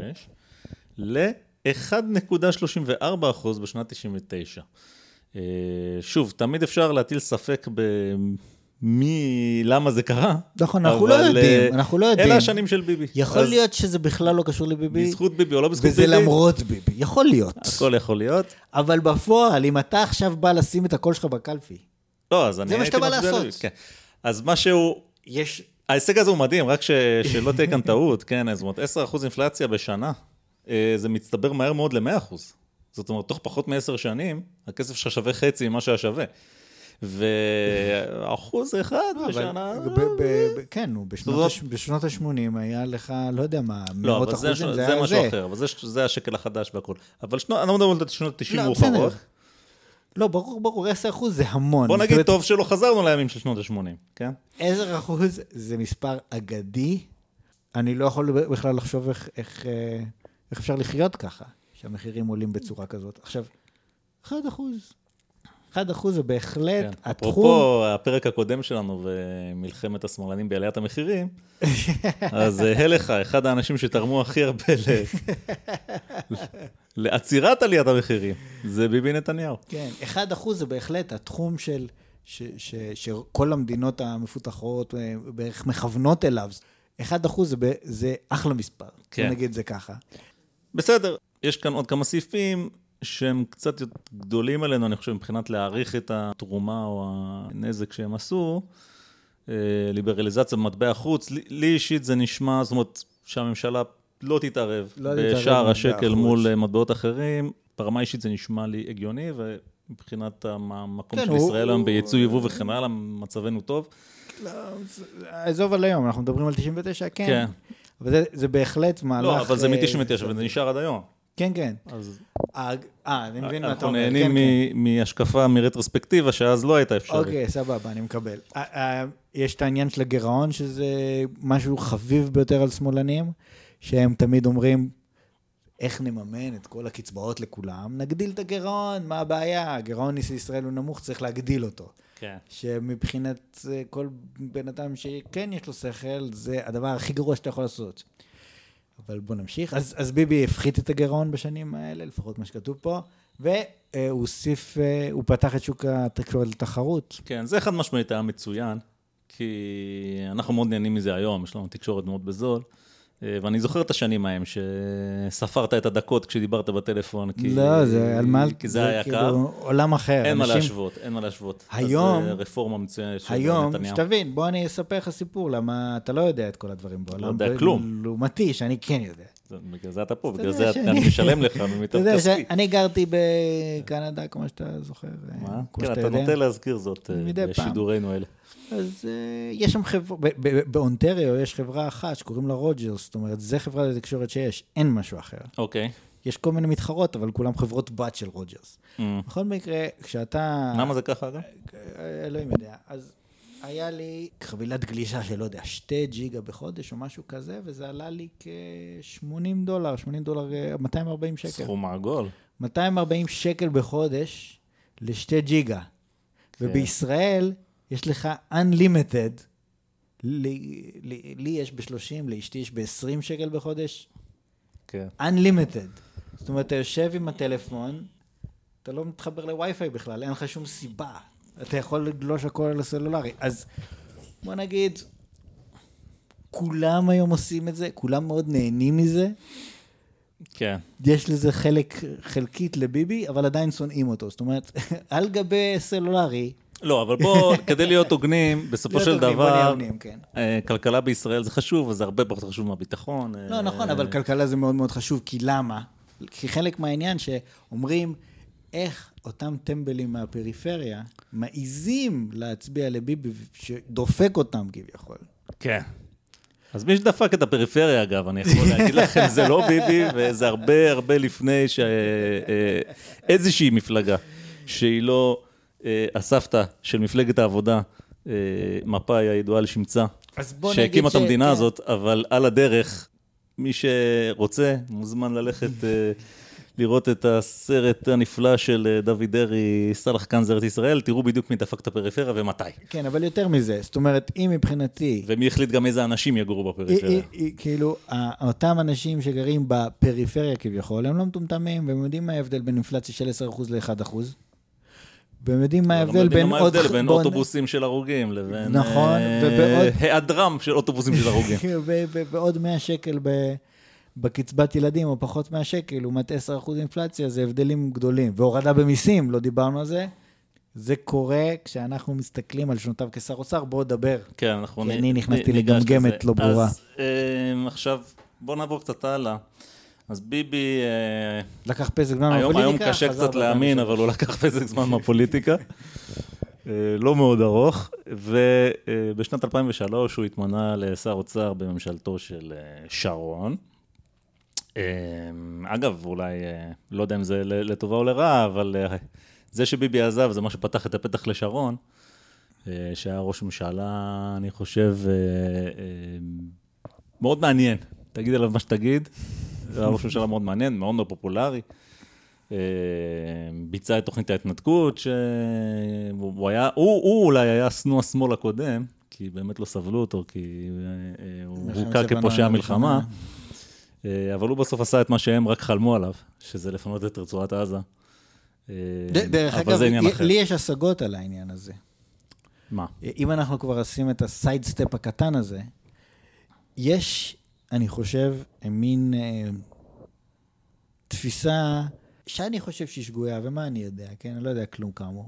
ל-1.34% בשנת 99. שוב, תמיד אפשר להטיל ספק למה זה קרה. נכון, אנחנו לא יודעים. אלה השנים של ביבי. יכול להיות שזה בכלל לא קשור לביבי. בזכות ביבי או לא בזכות ביבי. וזה למרות ביבי. יכול להיות. הכל יכול להיות. אבל בפועל, אם אתה עכשיו בא לשים את הקול שלך בקלפי. לא, אז אני הייתי מצביע זה מה שאתה בא לעשות. כן. אז משהו... ההישג הזה הוא מדהים, רק שלא תהיה כאן טעות, כן? זאת אומרת, 10% אינפלציה בשנה. זה מצטבר מהר מאוד ל-100%. זאת אומרת, תוך פחות מ10 שנים, הכסף שלך שווה חצי ממה שהשווה. ואחוז אחד בשנה... כן, בשנות ה-80 היה לך, לא יודע מה, מאות אחוזים, זה משהו אחר, אבל זה השקל החדש והכל. אבל אני לא מדבר על שנות 90 מאוחרות. לא, ברור, 10% זה המון. בוא נגיד טוב שלא חזרנו לימים של שנות ה-80, כן? 10% זה מספר אגדי. אני לא יכול בכלל לחשוב איך אפשר לחיות ככה, שהמחירים עולים בצורה כזאת. עכשיו, 1%. 1% זה בהחלט התחום... אפרופו הפרק הקודם שלנו ומלחמת השמאלנים בעליית המחירים, אז הלך, אחד האנשים שתרמו הכי הרבה לעצירת עליית המחירים, זה ביבי נתניהו. כן, 1% זה בהחלט התחום שכל המדינות המפותחות בערך מכוונות אליו. 1% זה אחלה מספר, נגיד זה ככה. בסדר, יש כאן עוד כמה סעיפים, שהם קצת גדולים עלינו, אני חושב, מבחינת להעריך את התרומה או הנזק שהם עשו, ליברליזציה במטבע החוץ, לי אישית זה נשמע, זאת אומרת, שהממשלה לא תתערב בשער השקל מול מטבעות אחרים, ברמה אישית זה נשמע לי הגיוני, ומבחינת המקום של ישראל היום בייצוא יבוא וכן הלאה, מצבנו טוב. עזוב על היום, אנחנו מדברים על 99, כן. אבל זה בהחלט מהלך... לא, אבל זה מ-99, וזה נשאר עד היום. כן, כן. אני מבין מה אתה אומר. אנחנו נהנים מהשקפה, מרטרוספקטיבה, שאז לא הייתה אפשרית. אוקיי, סבבה, אני מקבל. יש את העניין של הגירעון, שזה משהו חביב ביותר על שמאלנים, שהם תמיד אומרים, איך נממן את כל הקצבאות לכולם? נגדיל את הגירעון, מה הבעיה? הגירעון ישראל הוא נמוך, צריך להגדיל אותו. כן. שמבחינת כל בן אדם שכן יש לו שכל, זה הדבר הכי גרוע שאתה יכול לעשות. אבל בוא נמשיך. אז ביבי הפחית את הגירעון בשנים האלה, לפחות מה שכתוב פה, והוא הוסיף, הוא פתח את שוק התקשורת לתחרות. כן, זה אחד משמעית היה מצוין, כי אנחנו מאוד נהנים מזה היום, יש לנו תקשורת מאוד בזול, ואני זוכר את השנים ההם שספרת את הדקות כשדיברת בטלפון, לא, זה על מה, כי זה היה יקר. עולם אחר. אין מה להשוות, אין מה להשוות. היום, אז רפורמה מצוינת של היום, נתניהו. שתבין, בוא אני אספר לך סיפור, למה אתה לא יודע את כל הדברים בעולם. לא יודע כלום. לעומתי, שאני כן יודע. בגלל זה אתה פה, בגלל זה אני משלם לך ממיטב כספי. אני גרתי בקנדה, כמו שאתה זוכר. מה? כן, אתה נוטה להזכיר זאת בשידורינו האלה. אז יש שם חברה, באונטריו יש חברה אחת שקוראים לה רוג'רס, זאת אומרת, זה חברה לתקשורת שיש, אין משהו אחר. אוקיי. יש כל מיני מתחרות, אבל כולם חברות בת של רוג'רס. בכל מקרה, כשאתה... למה זה ככה, אגב? אלוהים יודע. אז היה לי חבילת גלישה של, לא יודע, 2 ג'יגה בחודש או משהו כזה, וזה עלה לי $80, $80, 240 שקל. סכום העגול. 240 שקל בחודש ל2 ג'יגה. ובישראל יש לך unlimited, לי יש ב-30, לאשתי יש ב-20 שקל בחודש. כן. Unlimited. זאת אומרת, אתה יושב עם הטלפון, אתה לא מתחבר לווי-פיי בכלל, אין לך שום סיבה. אתה יכול לגלוש הכל על הסלולרי. אז בוא נגיד, כולם היום עושים את זה, כולם מאוד נהנים מזה. כן. יש לזה חלקית לביבי, אבל עדיין שונאים אותו. זאת אומרת, על גבי סלולרי, לא, אבל בוא, כדי להיות הוגנים, בסופו של דבר, כן. כלכלה בישראל זה חשוב, וזה הרבה פחות חשוב מהביטחון. לא, נכון, אבל כלכלה זה מאוד מאוד חשוב, כי למה? כי חלק מהעניין שאומרים, איך אותם טמבלים מהפריפריה מעיזים להצביע לביבי, שדופק אותם כביכול. כן. אז מי שדפק את הפריפריה, אגב, אני יכול להגיד לכם, זה לא ביבי, וזה הרבה הרבה לפני שאיזושהי מפלגה, שהיא לא... הסבתא של מפלגת העבודה, מפא"י הידועה לשמצה, שהקימה את המדינה הזאת, אבל על הדרך, מי שרוצה, מוזמן ללכת לראות את הסרט הנפלא של דוד דרי, סלח כאן זרת ישראל, תראו בדיוק מי דפק את הפריפריה ומתי. כן, אבל יותר מזה, זאת אומרת, אם מבחינתי... ומי החליט גם איזה אנשים יגורו בפריפריה. כאילו, אותם אנשים שגרים בפריפריה כביכול, הם לא מטומטמים, והם יודעים מה ההבדל בין אינפלציה של 10% ל-1%. והם יודעים מה ההבדל בין אוטובוסים של הרוגים לבין נכון, היעדרם של אוטובוסים של הרוגים. ועוד 100 שקל בקצבת ילדים, או פחות 100 שקל, לעומת 10% אינפלציה, זה הבדלים גדולים. והורדה במיסים, לא דיברנו על זה, זה קורה כשאנחנו מסתכלים על שנותיו כשר אוצר, בואו דבר. כן, אנחנו כי אני נכנסתי לגמגמת לא ברורה. אז עכשיו, בואו נעבור קצת הלאה. אז ביבי... לקח פסק זמן מהפוליטיקה. היום קשה קצת להאמין, אבל הוא לקח פסק זמן מהפוליטיקה. לא מאוד ארוך. ובשנת 2003 הוא התמנה לשר אוצר בממשלתו של שרון. אגב, אולי, לא יודע אם זה לטובה או לרעה, אבל זה שביבי עזב זה מה שפתח את הפתח לשרון, שהיה ראש ממשלה, אני חושב, מאוד מעניין. תגיד עליו מה שתגיד. זה היה ראש ממשלה מאוד מעניין, מאוד מאוד פופולרי. ביצע את תוכנית ההתנתקות, שהוא היה, הוא אולי היה שנוא השמאל הקודם, כי באמת לא סבלו אותו, כי הוא הוקע כפושע מלחמה. אבל הוא בסוף עשה את מה שהם רק חלמו עליו, שזה לפנות את רצועת עזה. דרך אגב, לי יש השגות על העניין הזה. מה? אם אנחנו כבר עושים את הסייד סטפ הקטן הזה, יש, אני חושב, מין תפיסה שאני חושב שהיא שגויה, ומה אני יודע, כן? אני לא יודע כלום כאמור.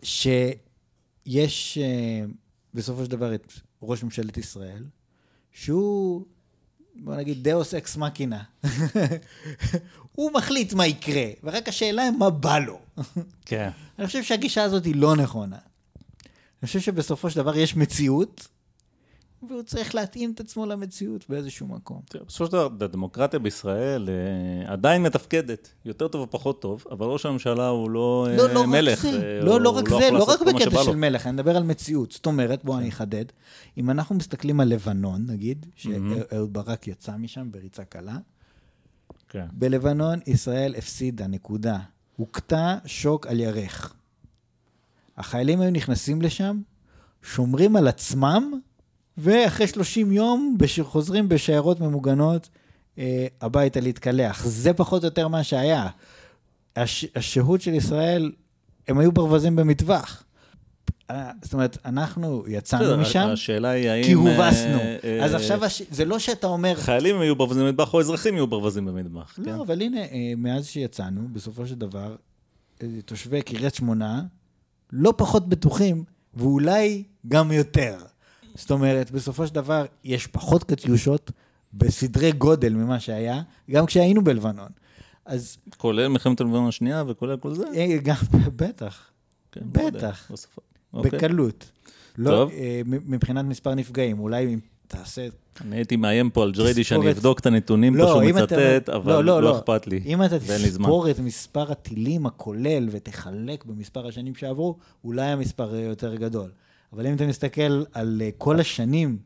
שיש בסופו של דבר את ראש ממשלת ישראל, שהוא, בוא נגיד, דאוס אקס מאקינה. הוא מחליט מה יקרה, ורק השאלה היא מה בא לו. כן. אני חושב שהגישה הזאת היא לא נכונה. אני חושב שבסופו של דבר יש מציאות, והוא צריך להתאים את עצמו למציאות באיזשהו מקום. בסופו של דבר, הדמוקרטיה בישראל עדיין מתפקדת, יותר טוב או פחות טוב, אבל ראש הממשלה הוא לא מלך. לא רק זה, לא רק בקטע של מלך, אני מדבר על מציאות. זאת אומרת, בואו אני אחדד, אם אנחנו מסתכלים על לבנון, נגיד, שאהוד ברק יצא משם בריצה קלה, בלבנון ישראל הפסידה, נקודה. הוקטע שוק על ירך. החיילים היו נכנסים לשם, שומרים על עצמם, ואחרי 30 יום חוזרים בשיירות ממוגנות הביתה להתקלח. זה פחות או יותר מה שהיה. השהות של ישראל, הם היו ברווזים במטווח. זאת אומרת, אנחנו יצאנו משם, כי הובסנו. אז עכשיו, זה לא שאתה אומר... חיילים היו ברווזים במטבח, או אזרחים היו ברווזים במטבח. לא, אבל הנה, מאז שיצאנו, בסופו של דבר, תושבי קריית שמונה, לא פחות בטוחים, ואולי גם יותר. זאת אומרת, בסופו של דבר, יש פחות קטיושות בסדרי גודל ממה שהיה, גם כשהיינו בלבנון. אז... כולל מלחמת לבנון השנייה וכולל כל זה? גם, בטח. כן, בטח. בקלות. לא, מבחינת מספר נפגעים, אולי אם תעשה... אני הייתי מאיים פה על ג'ריידי שאני אבדוק את הנתונים פה שהוא מצטט, אבל לא אכפת לי. אם אתה תספור את מספר הטילים הכולל ותחלק במספר השנים שעברו, אולי המספר יותר גדול. אבל אם אתה מסתכל על כל השנים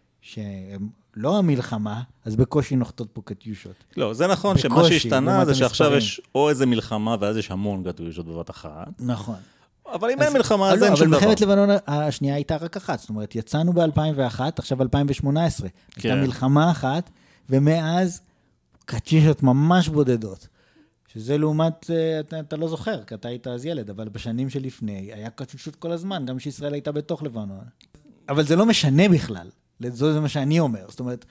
שהם לא המלחמה, אז בקושי נוחתות פה קטיושות. לא, זה נכון שמה שהשתנה זה שעכשיו יש או איזה מלחמה ואז יש המון קטיושות בבת אחת. נכון. אבל אם אין מלחמה, אז אין שום דבר. אבל מלחמת לבנון השנייה הייתה רק אחת, זאת אומרת, יצאנו ב-2001, עכשיו 2018. הייתה מלחמה אחת, ומאז קטיושות ממש בודדות. שזה לעומת, אתה לא זוכר, כי אתה היית אז ילד, אבל בשנים שלפני היה קטיושות כל הזמן, גם שישראל הייתה בתוך לבנון. אבל זה לא משנה בכלל. זה מה שאני אומר. זאת אומרת,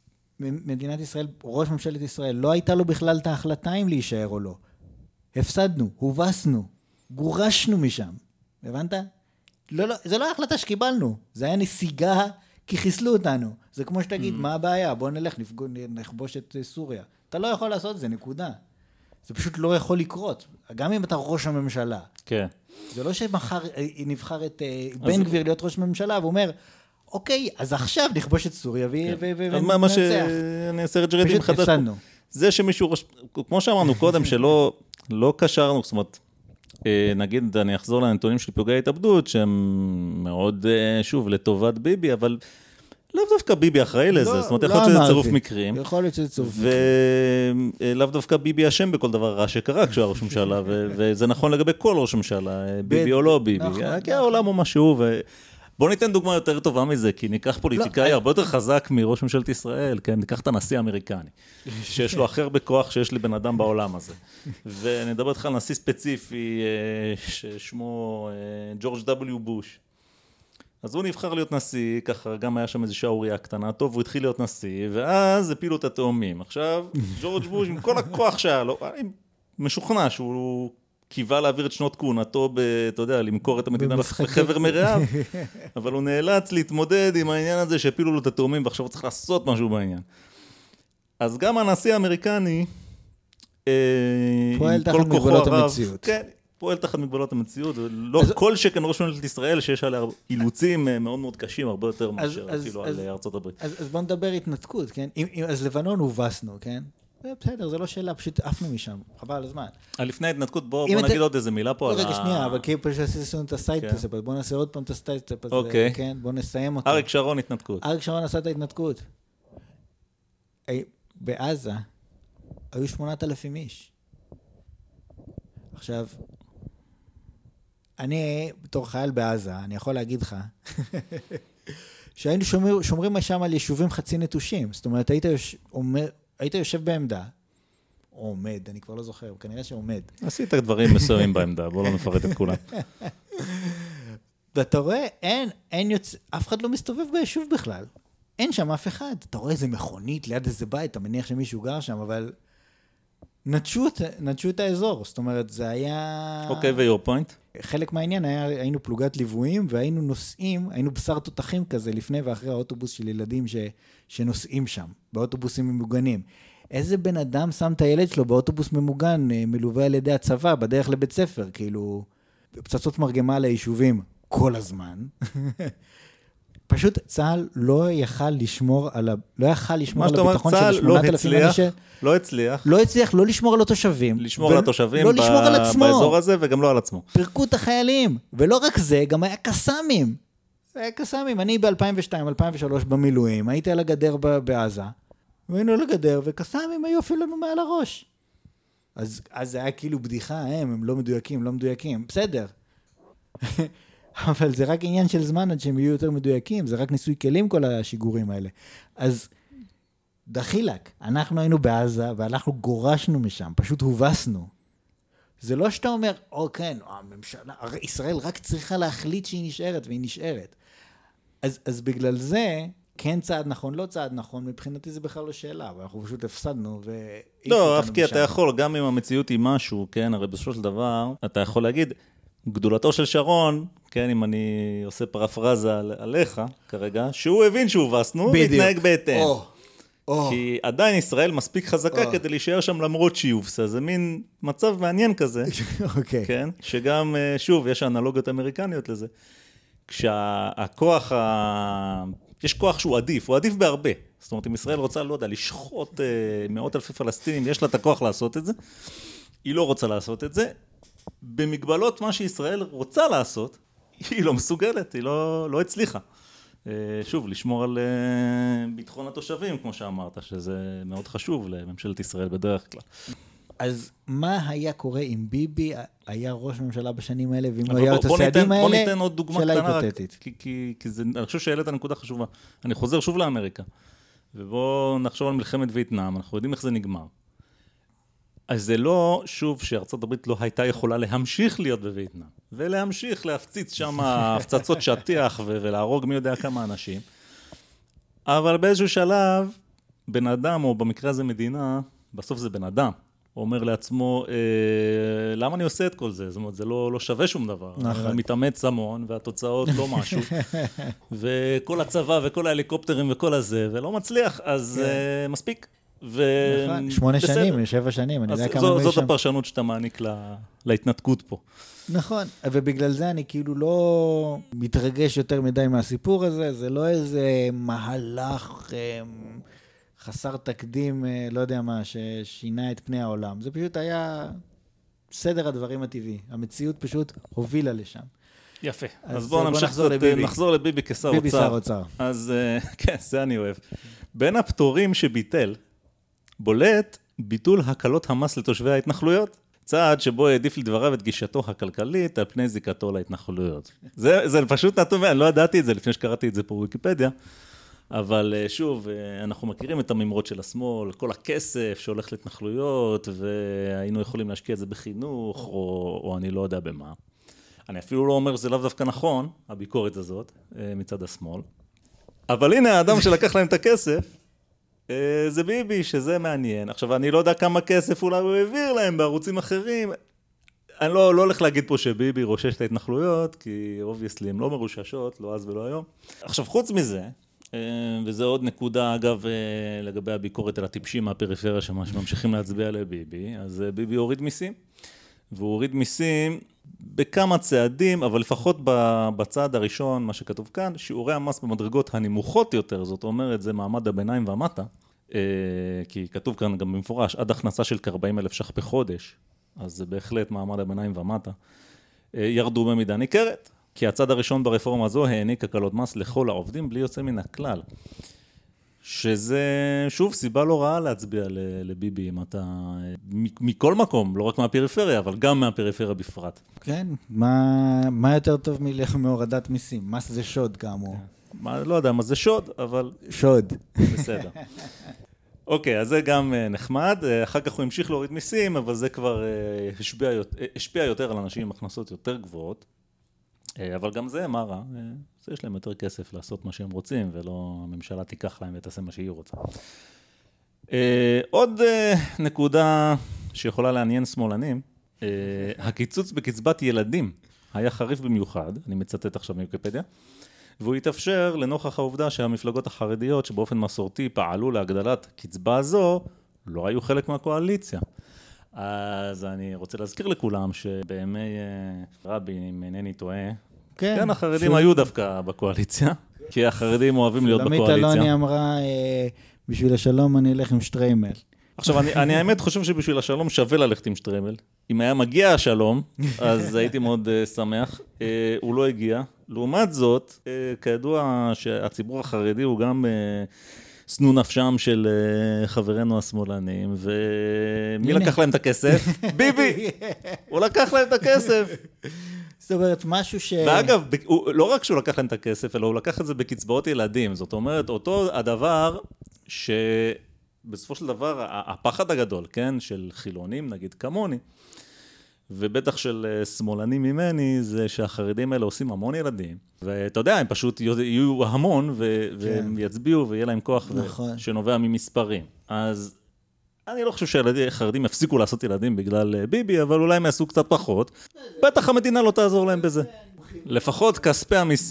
מדינת ישראל, ראש ממשלת ישראל, לא הייתה לו בכלל את ההחלטה אם להישאר או לא. הפסדנו, הובסנו, גורשנו משם. הבנת? לא, זה לא ההחלטה שקיבלנו. זה היה נסיגה כי חיסלו אותנו. זה כמו שתגיד, מה הבעיה? בוא נלך, נכבוש את סוריה. אתה לא יכול לעשות את זה, נקודה. זה פשוט לא יכול לקרות. גם אם אתה ראש הממשלה. כן. זה לא שמחר נבחר את בן גביר להיות ראש ממשלה, והוא אומר, אוקיי, אז עכשיו נכבוש את סוריה וננצח. מה שאני אעשה את ג'רדים חדש. זה שמישהו, כמו שאמרנו קודם, שלא קשרנו, זאת אומרת, נגיד, אני אחזור לנתונים של פיגועי התאבדות, שהם מאוד, שוב, לטובת ביבי, אבל לאו דווקא ביבי אחראי לזה, זאת אומרת, יכול להיות שזה צירוף מקרים. יכול להיות שזה צירוף מקרים. ולאו דווקא ביבי אשם בכל דבר רע שקרה כשהוא היה ראש ממשלה, וזה נכון לגבי כל ראש ממשלה, ביבי או לא ביבי. כי העולם הוא משהו, בוא ניתן דוגמה יותר טובה מזה, כי ניקח פוליטיקאי הרבה יותר חזק מראש ממשלת ישראל, כן? ניקח את הנשיא האמריקני, שיש לו הכי הרבה כוח שיש לי בן אדם בעולם הזה. ואני אדבר איתך על נשיא ספציפי, ששמו ג'ורג' W. בוש. אז הוא נבחר להיות נשיא, ככה גם היה שם איזו שעוריה קטנה, טוב, הוא התחיל להיות נשיא, ואז הפילו את התאומים. עכשיו, ג'ורג' בוש, עם כל הכוח שהיה לו, אני משוכנע שהוא קיווה להעביר את שנות כהונתו, אתה יודע, למכור את המדינה לחבר מרעיו, אבל הוא נאלץ להתמודד עם העניין הזה שהפילו לו את התאומים, ועכשיו הוא צריך לעשות משהו בעניין. אז גם הנשיא האמריקני, פועל תחת מגבלות המציאות. כן, פועל תחת מגבלות המציאות, לא כל שכן ראש ממשלת ישראל, שיש עליה אילוצים מאוד מאוד קשים, הרבה יותר מאשר אפילו על ארצות הברית. אז בוא נדבר התנתקות, כן? אז לבנון הובסנו, כן? בסדר, זה לא שאלה, פשוט עפנו משם, חבל על הזמן. לפני ההתנתקות, בוא נגיד עוד איזה מילה פה. רגע, שנייה, אבל כאילו פשוט עשינו את הסייט-טספ, בוא נעשה עוד פעם את הסייט-טספ הזה, כן? בוא נסיים אותו. אריק שרון התנתקות. אריק שרון עשה את ההתנתקות. בעזה היו 8,000 איש. עכשיו, אני בתור חייל בעזה, אני יכול להגיד לך, שהיינו שומרים שם על יישובים חצי נטושים, זאת אומרת, היית יושב בעמדה, או עומד, אני כבר לא זוכר, כנראה שעומד. עשית דברים מסוימים בעמדה, בוא לא נפרט את כולם. ואתה רואה, אף אחד לא מסתובב ביישוב בכלל. אין שם אף אחד. אתה רואה איזה מכונית ליד איזה בית, אתה מניח שמישהו גר שם, אבל נטשו את האזור. זאת אומרת, זה היה... אוקיי, ו-your point? חלק מהעניין היינו פלוגת ליוויים, והיינו נוסעים, היינו בשר תותחים כזה, לפני ואחרי האוטובוס של ילדים שנוסעים שם, באוטובוסים ממוגנים. איזה בן אדם שם את הילד שלו באוטובוס ממוגן, מלווה על ידי הצבא, בדרך לבית ספר, כאילו, פצצות מרגמה ליישובים כל הזמן. פשוט צה"ל לא יכל לשמור על הביטחון של 8,000 אנשים. לא הצליח לא לשמור על התושבים. לשמור על התושבים באזור הזה וגם לא על עצמו. פירקו את החיילים. ולא רק זה, גם היה קסאמים. אני ב-2002, 2003 במילואים, הייתי על הגדר בעזה, והיינו על הגדר, וקסאמים היו אפילו לנו מעל הראש. אז זה היה כאילו בדיחה, הם לא מדויקים. בסדר. אבל זה רק עניין של זמן עד שהם יהיו יותר מדויקים, זה רק ניסוי כלים כל השיגורים האלה. אז דחילק, אנחנו היינו בעזה, ואנחנו גורשנו משם, פשוט הובסנו. זה לא שאתה אומר, כן, הממשלה, ישראל רק צריכה להחליט שהיא נשארת, והיא נשארת. אז בגלל זה, כן צעד נכון, לא צעד נכון, מבחינתי זה בכלל לא שאלה, ואנחנו פשוט הפסדנו, לא, אף כי אתה יכול, גם אם המציאות היא משהו, כן, הרי בסופו של דבר, אתה יכול להגיד, גדולתו של שרון, כן, אם אני עושה פרפרזה עליך כרגע, שהוא הבין שהובסנו, והתנהג בהתאם. כי עדיין ישראל מספיק חזקה כדי להישאר שם למרות שהיא הובסה. זה מין מצב מעניין כזה. אוקיי. כן? שגם, שוב, יש אנלוגיות אמריקניות לזה. כשהכוח, יש כוח שהוא עדיף, הוא עדיף בהרבה. זאת אומרת, אם ישראל רוצה, לא יודע, לשחוט מאות אלפי פלסטינים, יש לה את הכוח לעשות את זה. היא לא רוצה לעשות את זה. במגבלות מה שישראל רוצה לעשות, היא לא מסוגלת, היא לא הצליחה. שוב, לשמור על ביטחון התושבים, כמו שאמרת, שזה מאוד חשוב לממשלת ישראל בדרך כלל. אז מה היה קורה אם ביבי היה ראש ממשלה בשנים האלה, ואם הוא היה את הצעדים האלה, בוא ניתן עוד דוגמה קטנה, היפותטית. כי אני חושב שהעלית נקודה חשובה. אני חוזר שוב לאמריקה, ובואו נחשוב על מלחמת וייטנאם, אנחנו יודעים איך זה נגמר. אז זה לא, שוב, שארצות הברית לא הייתה יכולה להמשיך להיות בווייטנאם, ולהמשיך להפציץ שם הפצצות שטיח ולהרוג מי יודע כמה אנשים. אבל באיזשהו שלב, בן אדם, או במקרה הזה מדינה, בסוף זה בן אדם. הוא אומר לעצמו, למה אני עושה את כל זה? זאת אומרת, זה לא שווה שום דבר. הוא מתאמץ המון, והתוצאות לא משהו. וכל הצבא וכל ההליקופטרים וכל הזה, ולא מצליח, אז מספיק. 8 שנים, 7 שנים, אני יודע כמה מי שם. זאת הפרשנות שאתה מעניק להתנתקות פה. נכון, ובגלל זה אני כאילו לא מתרגש יותר מדי מהסיפור הזה, זה לא איזה מהלך חסר תקדים, לא יודע מה, ששינה את פני העולם. זה פשוט היה סדר הדברים הטבעי. המציאות פשוט הובילה לשם. יפה. אז בואו נחזור לביבי כשר אוצר. ביבי שר אוצר. אז כן, זה אני אוהב. בין הפטורים שביטל, בולט ביטול הקלות המס לתושבי ההתנחלויות. צעד שבו העדיף לדבריו את גישתו הכלכלית על פני זיקתו להתנחלויות. זה פשוט נתון, אני לא ידעתי את זה לפני שקראתי את זה פה בוויקיפדיה, אבל שוב, אנחנו מכירים את הממרות של השמאל, כל הכסף שהולך להתנחלויות, והיינו יכולים להשקיע את זה בחינוך, או אני לא יודע במה. אני אפילו לא אומר שזה לאו דווקא נכון, הביקורת הזאת, מצד השמאל. אבל הנה האדם שלקח להם את הכסף, זה ביבי, שזה מעניין. עכשיו, אני לא יודע כמה כסף אולי הוא העביר להם בערוצים אחרים. אני לא הולך להגיד פה שביבי רושש את ההתנחלויות, כי obviously הם לא מרוששות, לא אז ולא היום. עכשיו, חוץ מזה, וזה עוד נקודה, אגב, לגבי הביקורת על הטיפשים מהפריפריה שממשיכים להצביע לביבי, אז ביבי הוריד מיסים, והוא הוריד מיסים בכמה צעדים, אבל לפחות בצעד הראשון, מה שכתוב כאן, שיעורי המס במדרגות הנמוכות יותר, זאת אומרת, זה מעמד הביניים ומטה, כי כתוב כאן גם במפורש, עד הכנסה של כ-40,000 ש"ח בחודש, אז זה בהחלט מעמד הביניים ומטה, ירדו במידה ניכרת, כי הצעד הראשון ברפורמה הזו העניק הקלות מס לכל העובדים בלי יוצא מן הכלל. שזה, שוב, סיבה לא רעה להצביע לביבי, אם אתה, מכל מקום, לא רק מהפריפריה, אבל גם מהפריפריה בפרט. כן, מה יותר טוב מהורדת מיסים? מס זה שוד, כאמור. לא יודע מה זה שוד, אבל... שוד. בסדר. אוקיי, אז זה גם נחמד. אחר כך הוא המשיך להוריד מיסים, אבל זה כבר השפיע יותר על אנשים עם הכנסות יותר גבוהות. אבל גם זה, מה רע? יש להם יותר כסף לעשות מה שהם רוצים, ולא הממשלה תיקח להם ותעשה מה שהיא רוצה. עוד נקודה שיכולה לעניין שמאלנים, הקיצוץ בקצבת ילדים היה חריף במיוחד, אני מצטט עכשיו מוויקיפדיה, והוא התאפשר לנוכח העובדה שהמפלגות החרדיות שבאופן מסורתי פעלו להגדלת קצבה זו, לא היו חלק מהקואליציה. אז אני רוצה להזכיר לכולם שבימי רבין, אם אינני טועה, כן, החרדים היו דווקא בקואליציה, כי החרדים אוהבים להיות בקואליציה. שלומית אלוני אמרה, בשביל השלום אני אלך עם שטריימל. עכשיו, אני האמת חושב שבשביל השלום שווה ללכת עם שטריימל. אם היה מגיע השלום, אז הייתי מאוד שמח. הוא לא הגיע. לעומת זאת, כידוע שהציבור החרדי הוא גם סנו נפשם של חברינו השמאלנים, ומי לקח להם את הכסף? ביבי! הוא לקח להם את הכסף. זאת אומרת, משהו ש... ואגב, לא רק שהוא לקח להם את הכסף, אלא הוא לקח את זה בקצבאות ילדים. זאת אומרת, אותו הדבר שבסופו של דבר, הפחד הגדול, כן, של חילונים, נגיד כמוני, ובטח של שמאלנים ממני, זה שהחרדים האלה עושים המון ילדים, ואתה יודע, הם פשוט יהיו המון, והם יצביעו, ויהיה להם כוח שנובע ממספרים. אז אני לא חושב שהחרדים יפסיקו לעשות ילדים בגלל ביבי, אבל אולי הם יעשו קצת פחות. בטח המדינה לא תעזור להם בזה. לפחות כספי המיסים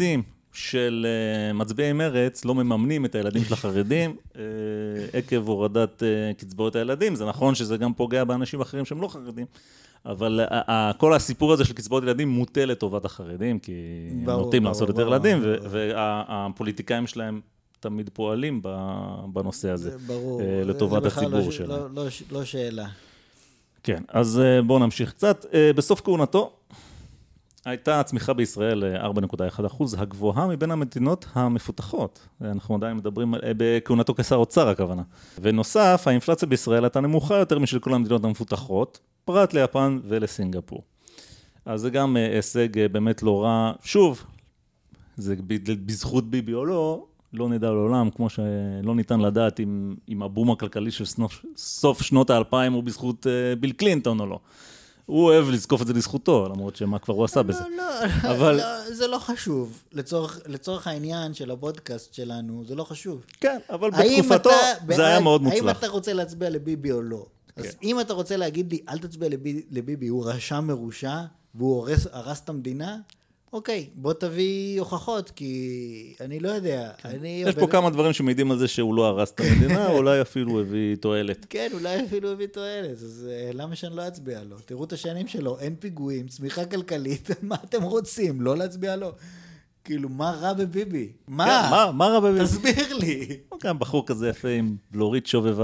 של מצביעי מרץ לא מממנים את הילדים של החרדים עקב הורדת קצבאות הילדים. זה נכון שזה גם פוגע באנשים אחרים שהם לא חרדים, אבל כל הסיפור הזה של קצבאות ילדים מוטה לטובת החרדים, כי הם נוטים לעשות יותר ילדים, והפוליטיקאים שלהם תמיד פועלים בנושא הזה, לטובת הציבור שלהם. לא שאלה. כן, אז בואו נמשיך קצת. בסוף כהונתו, הייתה הצמיחה בישראל 4.1%, הגבוהה מבין המדינות המפותחות. אנחנו עדיין מדברים בכהונתו כשר אוצר הכוונה. ונוסף, האינפלציה בישראל הייתה נמוכה יותר משל כל המדינות המפותחות, פרט ליפן ולסינגפור. אז זה גם הישג באמת לא רע. שוב, זה בזכות ביבי או לא, לא נדע לעולם, כמו שלא ניתן לדעת אם הבום הכלכלי של סוף שנות ה-2000 הוא בזכות ביל קלינטון או לא. הוא אוהב לזקוף את זה לזכותו, למרות שמה כבר הוא עשה בזה. לא, זה לא חשוב. לצורך העניין של הפודקאסט שלנו, זה לא חשוב. כן, אבל בתקופתו זה היה מאוד מוצלח. האם אתה רוצה להצביע לביבי או לא? אז אם אתה רוצה להגיד לי, אל תצביע לביבי, הוא רשע מרושע, והוא הרס את המדינה, אוקיי, בוא תביא הוכחות, כי אני לא יודע. יש פה כמה דברים שמעידים על זה שהוא לא הרס את המדינה, אולי אפילו הביא תועלת. כן, אולי אפילו הביא תועלת, אז למה שאני לא אצביע לו? תראו את השנים שלו, אין פיגועים, צמיחה כלכלית, מה אתם רוצים? לא להצביע לו. כאילו, מה רע בביבי? מה? מה רע בביבי? תסביר לי. גם בחור כזה יפה עם בלורית שובבה.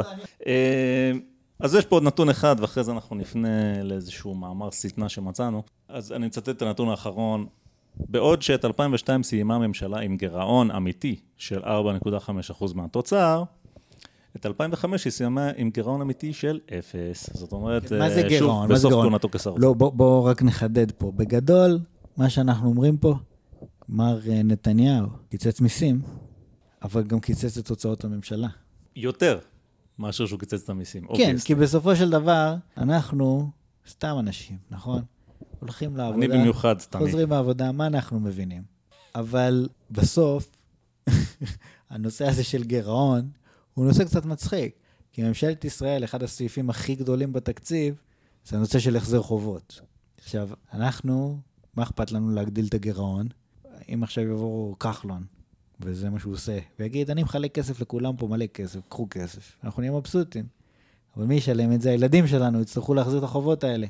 אז יש פה עוד נתון אחד, ואחרי זה אנחנו נפנה לאיזשהו מאמר סטנה שמצאנו. אז אני מצטט את הנתון האחרון. בעוד שאת 2002 סיימה הממשלה עם גירעון אמיתי של 4.5% מהתוצר, את 2005 היא סיימה עם גירעון אמיתי של 0. זאת אומרת, מה זה גירעון? בסוף כהונתו כשר אוצר. לא, בואו רק נחדד פה. בגדול, מה שאנחנו אומרים פה, מר נתניהו קיצץ מיסים, אבל גם קיצץ את תוצאות הממשלה. יותר מאשר שהוא קיצץ את המיסים. כן, כי בסופו של דבר, אנחנו סתם אנשים, נכון? הולכים לעבודה, אני במיוחד סתמי. חוזרים לעבודה, מה אנחנו מבינים? אבל בסוף, הנושא הזה של גירעון, הוא נושא קצת מצחיק, כי ממשלת ישראל, אחד הסעיפים הכי גדולים בתקציב, זה הנושא של החזר חובות. עכשיו, אנחנו, מה אכפת לנו להגדיל את הגירעון? אם עכשיו יבוא כחלון, וזה מה שהוא עושה, ויגיד, אני מחלק כסף לכולם פה, מלא כסף, קחו כסף. אנחנו נהיה מבסוטים. אבל מי ישלם את זה? הילדים שלנו יצטרכו להחזיר את החובות האלה.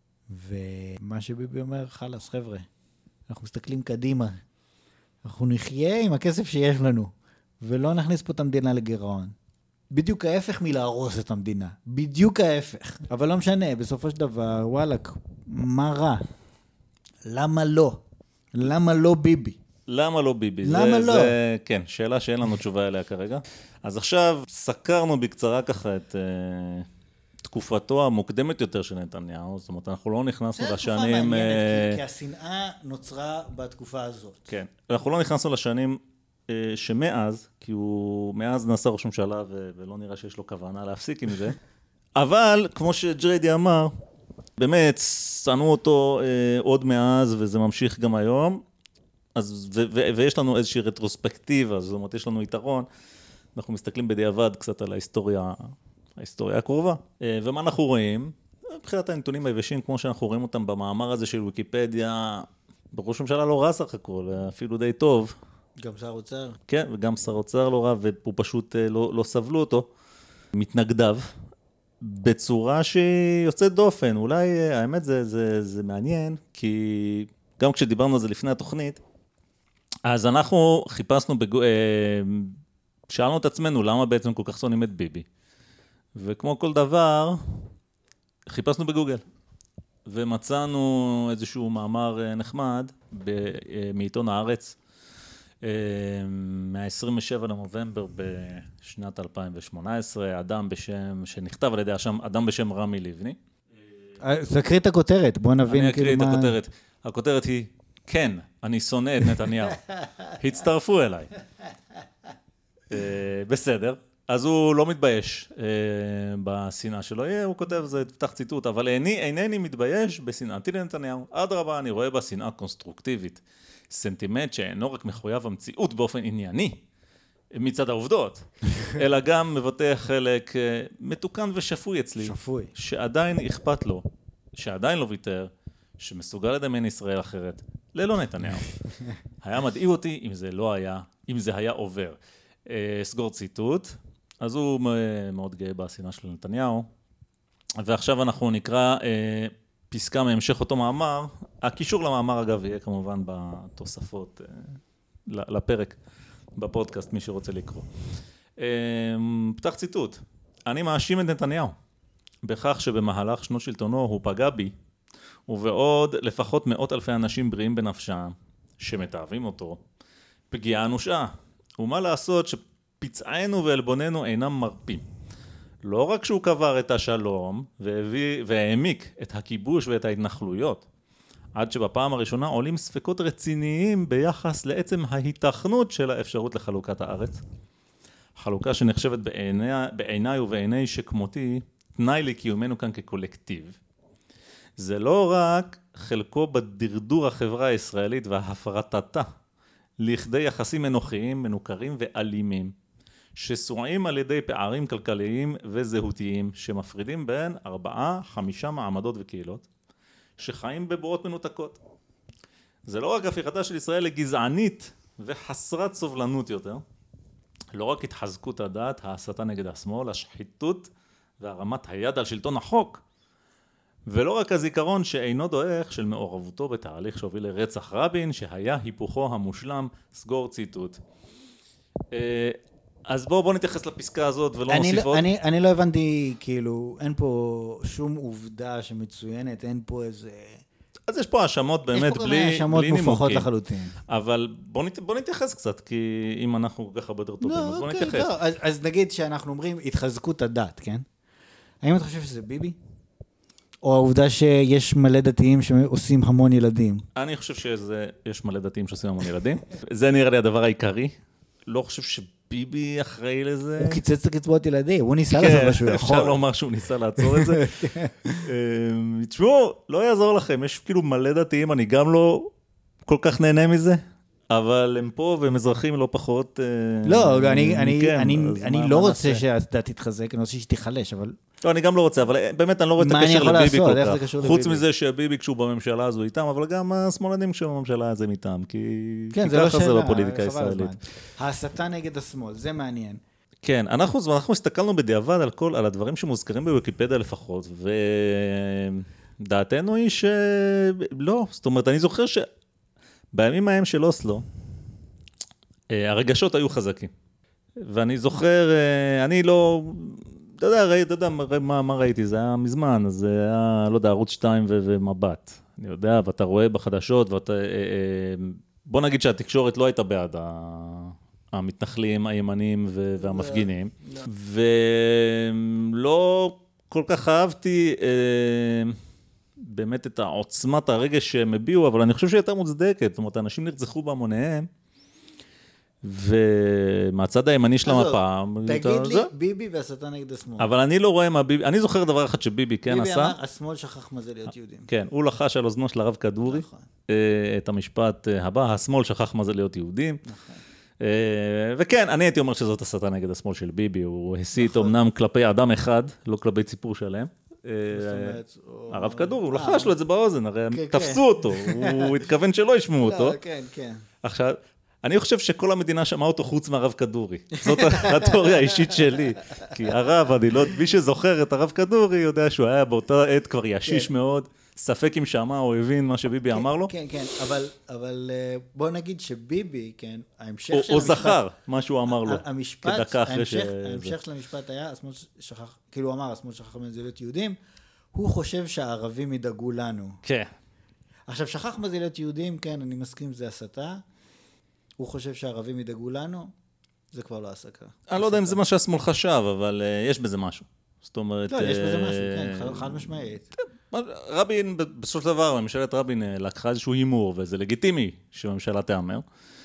ומה שביבי אומר, חלס, חבר'ה, אנחנו מסתכלים קדימה. אנחנו נחיה עם הכסף שיש לנו, ולא נכניס פה את המדינה לגירעון. בדיוק ההפך מלהרוס את המדינה. בדיוק ההפך. אבל לא משנה, בסופו של דבר, וואלק, מה רע? למה לא? למה לא ביבי? למה לא ביבי? למה לא? כן, שאלה שאין לנו תשובה אליה כרגע. אז עכשיו סקרנו בקצרה ככה את תקופתו המוקדמת יותר של נתניהו, זאת אומרת, אנחנו לא נכנסנו לשנים... זה תקופה מעניינת, כי השנאה נוצרה בתקופה הזאת. כן, אנחנו לא נכנסנו לשנים שמאז, כי הוא מאז נעשה ראש ממשלה, ולא נראה שיש לו כוונה להפסיק עם זה, אבל כמו שג'ריידי אמר, באמת, שנאו אותו עוד מאז, וזה ממשיך גם היום, ויש לנו איזושהי רטרוספקטיבה, זאת אומרת, יש לנו יתרון, אנחנו מסתכלים בדיעבד קצת על ההיסטוריה הקרובה. ומה אנחנו רואים? מבחינת הנתונים היבשים, כמו שאנחנו רואים אותם במאמר הזה של ויקיפדיה, בראש הממשלה לא רע סך הכל, אפילו די טוב. גם שר אוצר. כן, וגם שר אוצר לא רע, והוא פשוט לא סבלו אותו, מתנגדיו, בצורה שהיא יוצאת דופן. אולי, האמת, זה מעניין, כי גם כשדיברנו על זה לפני התוכנית, אז אנחנו חיפשנו, שאלנו את עצמנו, למה בעצם כל כך שונאים את ביבי? וכמו כל דבר, חיפשנו בגוגל, ומצאנו איזשהו מאמר נחמד מעיתון הארץ, מה-27 לנובמבר בשנת 2018, אדם בשם, שנכתב על ידי אדם בשם רמי לבני. תקריא את הכותרת, בוא נבין. אני אקריא את הכותרת. הכותרת היא, כן, אני שונא את נתניהו. הצטרפו אליי. בסדר. אז הוא לא מתבייש בשנאה שלו. הוא כותב, זה תפתח ציטוט, אבל אינני מתבייש בשנאתי לנתניהו. אדרבה, אני רואה בה שנאה קונסטרוקטיבית. סנטימנט שאינו רק מחויב המציאות באופן ענייני, מצד העובדות, אלא גם מבטא חלק מתוקן ושפוי אצלי. שפוי. שעדיין אכפת לו, שעדיין לא ויתר, שמסוגל לדמיין ישראל אחרת, ללא נתניהו. היה מדאיג אותי אם זה היה עובר. סגור ציטוט. אז הוא מאוד גאה בעשייה של נתניהו. ועכשיו אנחנו נקרא פסקה מהמשך אותו מאמר. הקישור למאמר אגב יהיה כמובן בתוספות לפרק בפודקאסט, מי שרוצה לקרוא. פתח ציטוט. אני מאשים את נתניהו בכך שבמהלך שנות שלטונו הוא פגע בי, ובעוד לפחות מאות אלפי אנשים בריאים בנפשם שמתאהבים אותו, פגיעה אנושה. ומה לעשות שפצענו ועלבוננו אינם מרפים. לא רק שהוא קבר את השלום והעמיק את הכיבוש ואת ההתנחלויות, עד שבפעם הראשונה עולים ספקות רציניים ביחס לעצם ההיתכנות של האפשרות לחלוקת הארץ. חלוקה שנחשבת בעיניי ובעיני שכמותי תנאי לקיומנו כאן כקולקטיב. זה לא רק חלקו בדרדור החברה הישראלית והפרטתה לכדי יחסים אנוכיים, מנוכרים ואלימים, שסועים על ידי פערים כלכליים וזהותיים שמפרידים בין 4-5 מעמדות וקהילות שחיים בבועות מנותקות. זה לא רק הפיכתה של ישראל לגזענית וחסרת סובלנות יותר, לא רק התחזקות הדעת, ההסתה נגד השמאל, השחיתות והרמת היד על שלטון החוק, ולא רק הזיכרון שאינו דועך של מעורבותו בתהליך שהוביל לרצח רבין, שהיה היפוכו המושלם, סגור ציטוט. אז בואו נתייחס לפסקה הזאת ולא נוסיף עוד. אני לא הבנתי, כאילו, אין פה שום עובדה שמצוינת, אין פה איזה... אז יש פה האשמות באמת בלי נימוקים. יש פה האשמות מופרכות לחלוטין. אבל בוא נתייחס קצת, כי אם אנחנו ככה יותר טובים, אז בוא נתייחס. לא, אז נגיד שאנחנו אומרים התחזקות הדת, כן? האם אתה חושב שזה ביבי? או העובדה שיש מלא דתיים שעושים המון ילדים? אני חושב שיש מלא דתיים שעושים המון ילדים. זה נראה לי הדבר העיקרי. לא חושב שביבי אחראי לזה. הוא קיצץ את קצבאות ילדים, הוא ניסה לעשות משהו יכול. אפשר לומר שהוא ניסה לעצור את זה. תשמעו, לא יעזור לכם, יש כאילו מלא דתיים, אני גם לא כל כך נהנה מזה, אבל הם פה והם אזרחים לא פחות... לא, אני לא רוצה שהדת תתחזק, אני רוצה שתיחלש, אבל... לא, אני גם לא רוצה, אבל באמת אני לא רואה את הקשר לביבי כל כך. חוץ מזה שביבי כשהוא בממשלה הזו איתם, אבל גם השמאלנים כשהוא בממשלה הזה איתם, כי ככה זה בפוליטיקה הישראלית. ההסתה נגד השמאל, זה מעניין. כן, אנחנו הסתכלנו בדיעבד על הדברים שמוזכרים בוויקיפדיה לפחות, ודעתנו היא שלא, זאת אומרת, אני זוכר שבימים ההם של אוסלו, הרגשות היו חזקים. ואני זוכר, אני לא... אתה יודע מה ראיתי, זה היה מזמן, זה היה, לא יודע, ערוץ 2 ומבט. אני יודע, ואתה רואה בחדשות, בוא נגיד שהתקשורת לא הייתה בעד המתנחלים, הימנים והמפגינים, ולא כל כך אהבתי באמת את העוצמת הרגש שהם הביאו, אבל אני חושב שהיא הייתה מוצדקת, זאת אומרת, אנשים נרצחו בהמוניהם, ומהצד הימני של המפה... תגיד לי, ביבי והסתה נגד השמאל. אבל אני לא רואה מה ביבי... אני זוכר דבר אחד שביבי כן עשה. ביבי אמר, השמאל שכח מה זה להיות יהודים. כן, הוא לחש על אוזנו של הרב כדורי, את המשפט הבא, השמאל שכח מה זה להיות יהודים. וכן, אני הייתי אומר שזאת הסתה נגד השמאל של ביבי, הוא הסית אומנם כלפי אדם אחד, לא כלפי ציפור שלם. הרב כדורי, הוא לחש לו את זה באוזן, הרי תפסו אותו, הוא התכוון שלא ישמעו אותו. כן, כן. עכשיו, אני חושב שכל המדינה שמעה אותו חוץ מהרב כדורי. זאת התיאוריה האישית שלי. כי הרב, מי שזוכר את הרב כדורי, יודע שהוא היה באותה עת כבר ישיש מאוד, ספק אם שמע או הבין מה שביבי אמר לו. כן, כן, אבל בוא נגיד שביבי, כן, ההמשך של המשפט... הוא זכר מה שהוא אמר לו. ההמשך של המשפט היה, השמאל שכח, כאילו הוא אמר, השמאל שכח מה זה להיות יהודים, הוא חושב שהערבים ידאגו לנו. כן. עכשיו, שכח מה זה להיות יהודים, כן, אני מסכים, זה הסתה. הוא חושב שהערבים ידאגו לנו, זה כבר לא הסקה. אני לא יודע אם זה מה שהשמאל חשב, אבל יש בזה משהו. זאת אומרת... לא, יש בזה משהו, כן, חד משמעית. רבין, בסופו של דבר, ממשלת רבין לקחה איזשהו הימור, וזה לגיטימי שממשלה תאמר,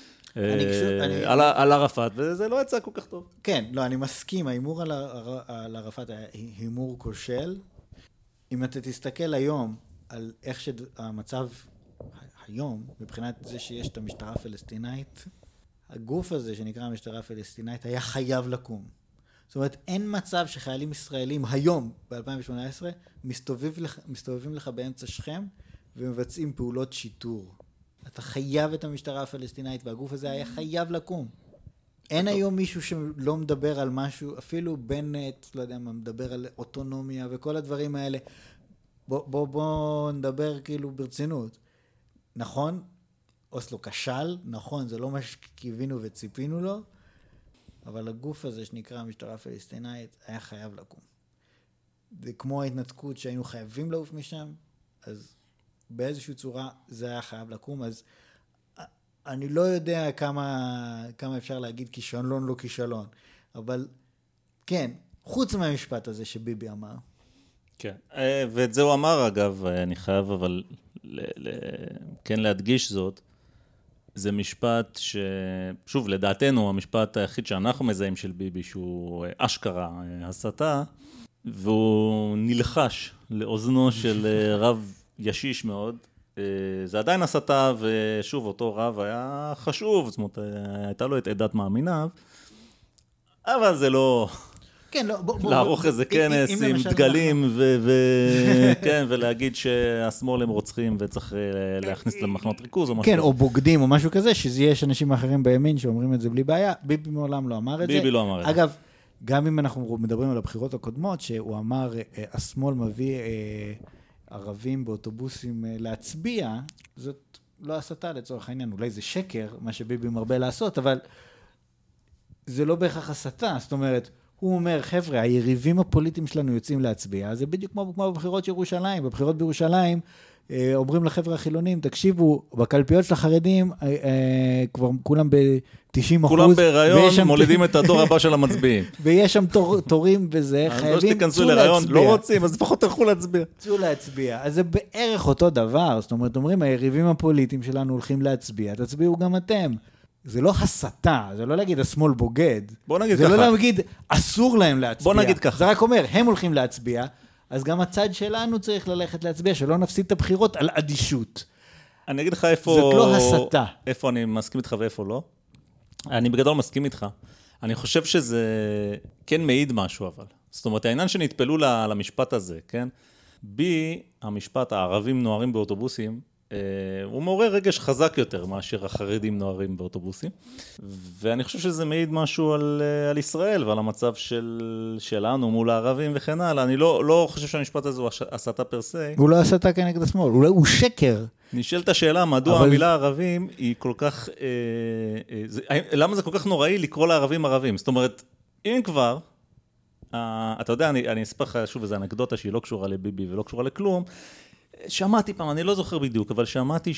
על ערפאת, וזה לא יצא כל כך טוב. כן, לא, אני מסכים, ההימור על ערפאת היה הימור כושל. אם אתה תסתכל היום על איך שהמצב... היום, מבחינת זה שיש את המשטרה הפלסטינאית, הגוף הזה שנקרא המשטרה הפלסטינאית היה חייב לקום. זאת אומרת, אין מצב שחיילים ישראלים היום, ב-2018, מסתובבים לך באמצע שכם ומבצעים פעולות שיטור. אתה חייב את המשטרה הפלסטינאית, והגוף הזה היה חייב לקום. אין היום מישהו שלא מדבר על משהו, אפילו בנט, לא יודע מה, מדבר על אוטונומיה וכל הדברים האלה. בוא נדבר כאילו ברצינות. נכון, אוסלו כשל, נכון, זה לא מה שקיווינו וציפינו לו, אבל הגוף הזה שנקרא המשטרה הפלסטינאית היה חייב לקום. זה כמו ההתנתקות שהיינו חייבים לעוף משם, אז באיזושהי צורה זה היה חייב לקום, אז אני לא יודע כמה אפשר להגיד כישלון לא כישלון, אבל כן, חוץ מהמשפט הזה שביבי אמר. כן, ואת זה הוא אמר אגב, אני חייב אבל כן להדגיש זאת, זה משפט שוב, לדעתנו, המשפט היחיד שאנחנו מזהים של ביבי, שהוא אשכרה הסתה, והוא נלחש לאוזנו של רב ישיש מאוד. זה עדיין הסתה, ושוב, אותו רב היה חשוב, זאת אומרת, הייתה לו את עדת מאמיניו, אבל זה לא... כן, לא, לערוך איזה כנס עם דגלים, כן, ולהגיד שהשמאל הם רוצחים וצריך להכניס למחנות ריכוז או משהו. כן, או בוגדים או משהו כזה, שיש אנשים אחרים בימין שאומרים את זה בלי בעיה. ביבי מעולם לא אמר את זה. ביבי לא אמר את זה. אגב, גם אם אנחנו מדברים על הבחירות הקודמות, שהוא אמר, השמאל מביא ערבים באוטובוסים להצביע, זאת לא הסתה לצורך העניין. אולי זה שקר, מה שביבי מרבה לעשות, אבל זה לא בהכרח הסתה. זאת אומרת, הוא אומר, חבר'ה, היריבים הפוליטיים שלנו יוצאים להצביע, זה בדיוק כמו בבחירות של ירושלים. בבחירות בירושלים אומרים לחבר'ה החילונים, תקשיבו, בקלפיות של החרדים כבר כולם ב-90%. כולם בהיריון, מולידים את הדור הבא של המצביעים. ויש שם תורים וזה, חייבים תיכנסו להיריון, לא רוצים, אז לפחות תלכו להצביע. צאו להצביע. אז זה בערך אותו דבר. זאת אומרת, אומרים, היריבים הפוליטיים שלנו הולכים להצביע, תצביעו גם אתם. זה לא הסתה, זה לא להגיד השמאל בוגד. בוא נגיד זה ככה. לא להגיד אסור להם להצביע. בוא נגיד ככה. זה רק אומר, הם הולכים להצביע, אז גם הצד שלנו צריך ללכת להצביע, שלא נפסיד את הבחירות על אדישות. אני אגיד לך איפה... זאת לא הסתה. איפה אני מסכים איתך ואיפה לא. אני בגדול מסכים איתך. אני חושב שזה כן מעיד משהו אבל. זאת אומרת, העניין שנתפלו למשפט הזה, כן? בי, המשפט, הערבים נוערים באוטובוסים, הוא מעורר רגש חזק יותר מאשר החרדים נוערים באוטובוסים, ואני חושב שזה מעיד משהו על ישראל ועל המצב שלנו מול הערבים וכן הלאה. אני לא חושב שהמשפט הזה הוא הסתה פרסי. הוא לא הסתה כנגד השמאל, הוא שקר. נשאלת השאלה, מדוע המילה ערבים היא כל כך, למה זה כל כך נוראי לקרוא לערבים ערבים? זאת אומרת, אם כבר, אתה יודע, אני אספר לך שוב איזו אנקדוטה שהיא לא קשורה לביבי ולא קשורה לכלום, שמעתי פעם, אני לא זוכר בדיוק, אבל שמעתי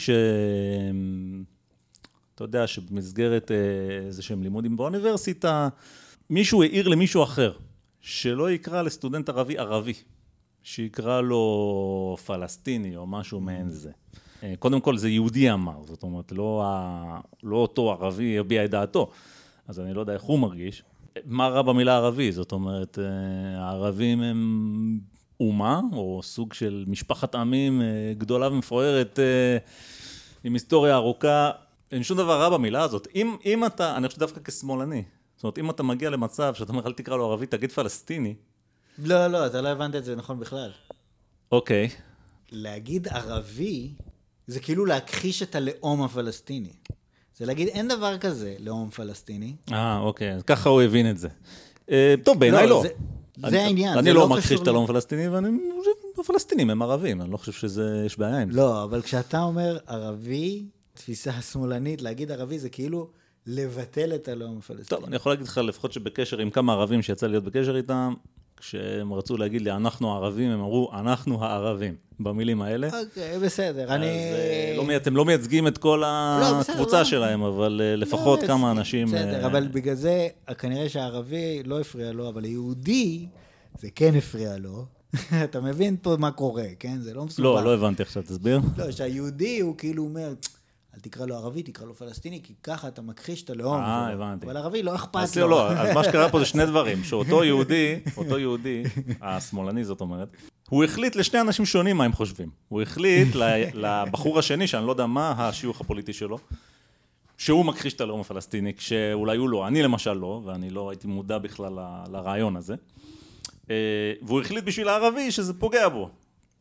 אתה יודע, שבמסגרת איזה שהם לימודים באוניברסיטה, מישהו העיר למישהו אחר, שלא יקרא לסטודנט ערבי ערבי, שיקרא לו פלסטיני או משהו מעין זה. קודם כל זה יהודי אמר, זאת אומרת, לא אותו ערבי יביע את דעתו, אז אני לא יודע איך הוא מרגיש. מה רע במילה ערבי? זאת אומרת, הערבים הם אומה, או סוג של משפחת עמים גדולה ומפוארת, עם היסטוריה ארוכה. אין שום דבר רע במילה הזאת. אם אתה, אני חושב דווקא כשמאלני, זאת אומרת, אם אתה מגיע למצב שאתה אומר, אל תקרא לו ערבי, תגיד פלסטיני. לא, אתה לא הבנת את זה נכון בכלל. אוקיי. להגיד ערבי, זה כאילו להכחיש את הלאום הפלסטיני. זה להגיד, אין דבר כזה לאום פלסטיני. אוקיי, אז ככה הוא הבין את זה. טוב, בעיניי לא. זה העניין. אני לא מכחיש את הלאום פלסטיני, ואני חושב, הפלסטינים הם ערבים, אני לא חושב שיש בעיה עם זה. לא, אבל כשאתה אומר ערבי, תפיסה שמאלנית, להגיד ערבי זה כאילו לבטל את הלאום הפלסטיני. טוב, אני יכול להגיד לך לפחות שבקשר עם כמה ערבים שיצא להיות בקשר איתם, כשהם רצו להגיד לי, אנחנו הערבים, הם אמרו, אנחנו הערבים, במילים האלה. אוקיי, בסדר. אז אתם לא מייצגים את כל הקבוצה שלהם, אבל לפחות כמה אנשים... בסדר, אבל בגלל זה, כנראה שהערבי לא הפריע לו, אבל היהודי, זה כן הפריע לו. אתה מבין פה מה קורה, כן? זה לא מסובך. לא הבנתי עכשיו, תסביר. לא, שהיהודי הוא כאילו אומר... אל תקרא לו ערבי, תקרא לו פלסטיני, כי ככה אתה מכחיש את הלאום. הבנתי. אבל ערבי לא אכפת לו. לא, אז מה שקרה פה זה שני דברים, שאותו יהודי, השמאלני זאת אומרת, הוא החליט לשני אנשים שונים מה הם חושבים. הוא החליט לבחור השני, שאני לא יודע מה השיוך הפוליטי שלו, שהוא מכחיש את הלאום הפלסטיני, כשאולי הוא לא, אני למשל לא, ואני לא הייתי מודע בכלל לרעיון הזה, והוא החליט בשביל הערבי שזה פוגע בו.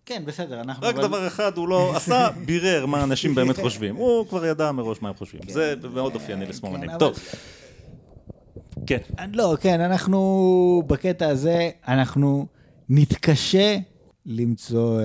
כן, בסדר, אנחנו... רק דבר אחד, הוא לא עשה, בירר מה אנשים באמת חושבים. הוא כבר ידע מראש מה הם חושבים. זה מאוד אופייני לשמאלנים. טוב. כן. לא, כן, אנחנו בקטע הזה, אנחנו נתקשה למצוא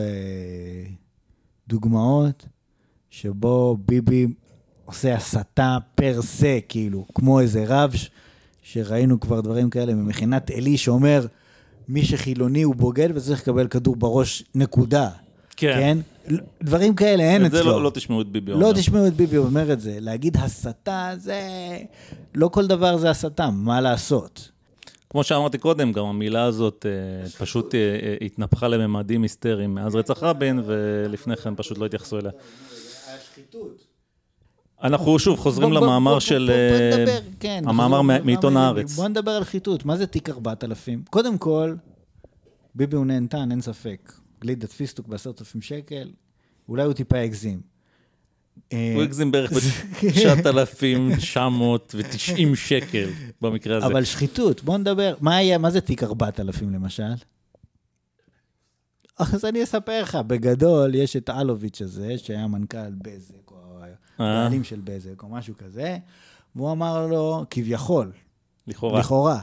דוגמאות שבו ביבי עושה הסתה פר סה, כאילו, כמו איזה רב שראינו כבר דברים כאלה ממכינת אלי שאומר, מי שחילוני הוא בוגד וצריך לקבל כדור בראש נקודה. כן. דברים כאלה אין אצלו. את זה לא תשמעו את ביבי אומר. לא תשמעו את ביבי אומר את זה. להגיד הסתה זה... לא כל דבר זה הסתה, מה לעשות? כמו שאמרתי קודם, גם המילה הזאת פשוט התנפחה לממדים היסטריים מאז רצח רבין, ולפני כן פשוט לא התייחסו אליה. השחיתות. אנחנו שוב חוזרים למאמר של... המאמר מעיתון הארץ. בוא נדבר על חיתות. מה זה תיק 4,000? קודם כל, ביבי הוא נהנתן, אין ספק. גלידת פיסטוק ב10,000 שקל, אולי הוא טיפה הגזים. הוא הגזים בערך ב-9,990 שקל במקרה הזה. אבל שחיתות, בוא נדבר. מה זה תיק 4,000 למשל? אז אני אספר לך, בגדול יש את אלוביץ' הזה, שהיה מנכ"ל בזק, או בעלים של בזק, או משהו כזה, והוא אמר לו, כביכול, לכאורה,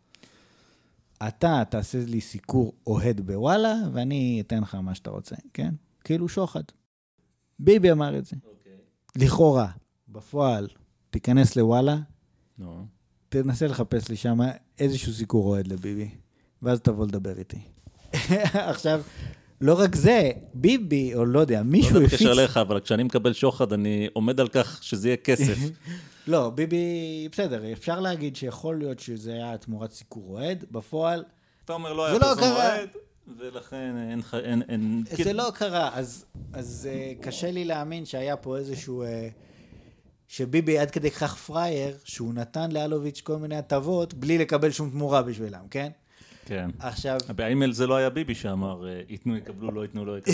אתה תעשה לי סיקור אוהד בוואלה, ואני אתן לך מה שאתה רוצה, כן? כאילו שוחד. ביבי אמר את זה. לכאורה, בפועל, תיכנס לוואלה, תנסה לחפש לי שם איזשהו סיקור אוהד לביבי, ואז תבוא לדבר איתי. עכשיו, לא רק זה, ביבי, או לא יודע, מישהו הפיץ... לא יודע בקשר לך, אבל כשאני מקבל שוחד, אני עומד על כך שזה יהיה כסף. לא, ביבי, בסדר, אפשר להגיד שיכול להיות שזה היה תמורת סיקור אוהד, בפועל... אתה אומר, לא היה פרסום אוהד, ולכן אין... זה לא קרה, אז קשה לי להאמין שהיה פה איזשהו... שביבי עד כדי כך פרייר, שהוא נתן לאלוביץ' כל מיני הטבות, בלי לקבל שום תמורה בשבילם, כן? כן. עכשיו... באימייל זה לא היה ביבי שאמר, ייתנו יקבלו, לא ייתנו לא יקבלו.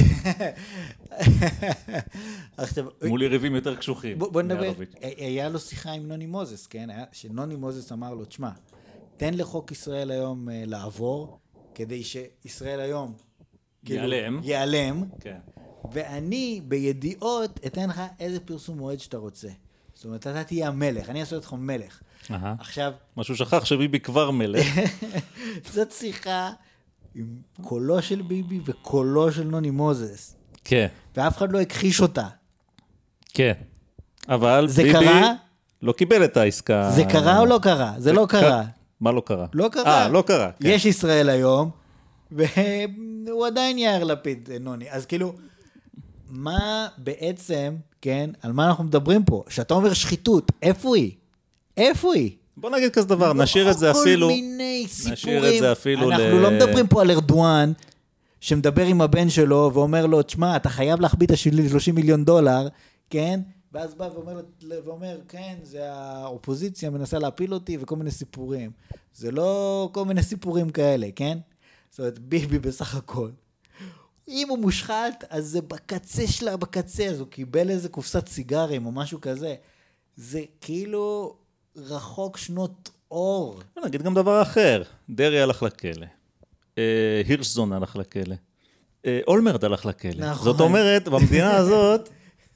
עכשיו... מול יריבים יותר קשוחים. בוא נדבר, היה לו שיחה עם נוני מוזס, כן? שנוני מוזס אמר לו, תשמע, תן לחוק ישראל היום לעבור, כדי שישראל היום... ייעלם. כן. ואני בידיעות אתן לך איזה פרסום מועד שאתה רוצה. זאת אומרת, אתה תהיה המלך, אני אעשה אותך מלך. עכשיו... משהו שכח שביבי כבר מלך. זאת שיחה עם קולו של ביבי וקולו של נוני מוזס. כן. ואף אחד לא הכחיש אותה. כן. אבל ביבי לא קיבל את העסקה. זה קרה או לא קרה? זה לא קרה. מה לא קרה? לא קרה. לא קרה. יש ישראל היום, והוא עדיין יאיר לפיד, נוני. אז כאילו... מה בעצם, כן, על מה אנחנו מדברים פה? שאתה אומר שחיתות, איפה היא? איפה היא? בוא נגיד כזה דבר, נשאיר את זה אפילו... כל מיני סיפורים. אנחנו לא מדברים פה על ארדואן, שמדבר עם הבן שלו, ואומר לו, תשמע, אתה חייב להחביא את $30 מיליון, כן? ואז בא ואומר, כן, זה האופוזיציה מנסה להפיל אותי, וכל מיני סיפורים. זה לא כל מיני סיפורים כאלה, כן? זאת אומרת, ביבי בסך הכל. אם הוא מושחת, אז זה בקצה שלה, בקצה, אז הוא קיבל איזה קופסת סיגרים או משהו כזה. זה כאילו רחוק שנות אור. נגיד גם דבר אחר, דרי הלך לכלא, הירשזון הלך לכלא, אולמרט הלך לכלא. נכון. זאת אומרת, במדינה הזאת,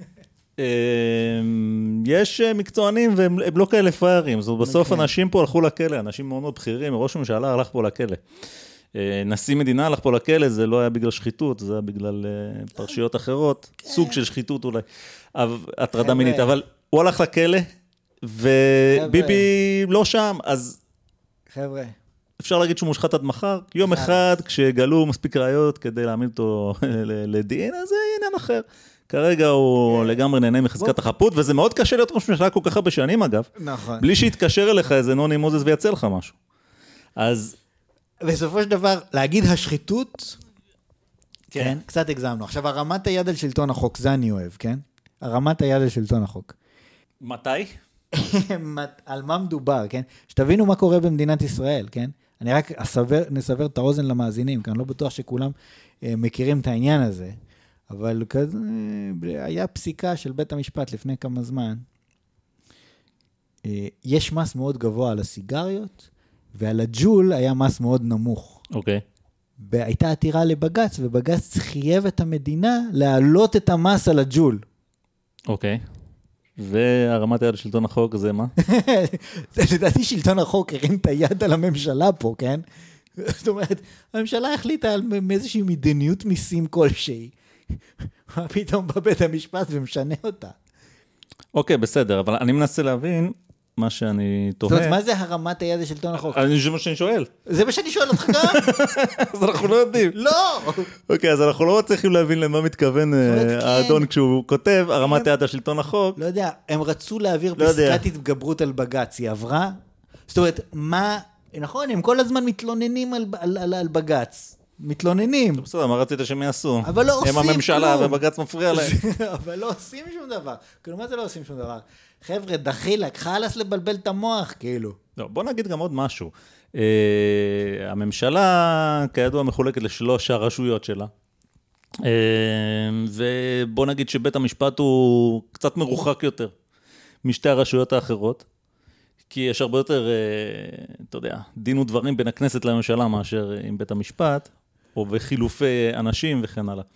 יש מקצוענים והם לא כאלה פריירים. זאת בסוף אנשים פה הלכו לכלא, אנשים מאוד מאוד בכירים, ראש הממשלה הלך פה לכלא. נשיא מדינה הלך פה לכלא, זה לא היה בגלל שחיתות, זה היה בגלל פרשיות אחרות, סוג של שחיתות אולי, הטרדה מינית, אבל הוא הלך לכלא, וביבי לא שם, אז חבר'ה, אפשר להגיד שהוא מושחת עד מחר, יום אחד כשגלו מספיק ראיות כדי להעמיד אותו לדין, אז זה עניין אחר. כרגע הוא לגמרי נהנה מחזקת החפות, וזה מאוד קשה להיות ראש ממשלה כל כך הרבה שנים אגב, בלי שיתקשר אליך איזה נוני מוזס ויצא לך משהו. אז... בסופו של דבר, להגיד השחיתות, כן, קצת הגזמנו. עכשיו, הרמת היד על שלטון החוק, זה אני אוהב, כן? הרמת היד על שלטון החוק. מתי? על מה מדובר, כן? שתבינו מה קורה במדינת ישראל, כן? אני רק נסבר את האוזן למאזינים, כי אני לא בטוח שכולם מכירים את העניין הזה, אבל היה פסיקה של בית המשפט לפני כמה זמן, יש מס מאוד גבוה על הסיגריות, ועל הג'ול היה מס מאוד נמוך. אוקיי. והייתה עתירה לבגץ, ובגץ חייב את המדינה להעלות את המס על הג'ול. אוקיי. והרמת היד לשלטון החוק זה מה? לדעתי שלטון החוק הרים את היד על הממשלה פה, כן? זאת אומרת, הממשלה החליטה על איזושהי מדיניות מיסים כלשהי. מה פתאום בבית המשפט ומשנה אותה? אוקיי, בסדר, אבל אני מנסה להבין מה שאני תוהה. זאת אומרת, מה זה הרמת היד לשלטון החוק? זה מה שאני שואל. זה מה שאני שואל אותך גם? אז אנחנו לא יודעים. לא! אוקיי, אז אנחנו לא צריכים להבין למה מתכוון האדון כשהוא כותב, הרמת היד לשלטון החוק. לא יודע, הם רצו להעביר פסקת התגברות על בגץ, היא עברה? זאת אומרת, מה... נכון, הם כל הזמן מתלוננים על בגץ. מתלוננים. בסדר, מה רצית שהם יעשו? אבל לא עושים כלום. הם הממשלה ובגץ מפריע להם. אבל לא עושים שום דבר. כאילו, מה זה לא עושים שום דבר? חבר'ה, דחילק, חלס לבלבל את המוח, כאילו. לא, בוא נגיד גם עוד משהו. הממשלה, כידוע, מחולקת לשלוש הרשויות שלה. ובוא נגיד שבית המשפט הוא קצת מרוחק יותר משתי הרשויות האחרות. כי יש הרבה יותר, אתה יודע, דין ודברים בין הכנסת לממשלה מאשר עם בית המשפט, או בחילופי אנשים וכן הלאה.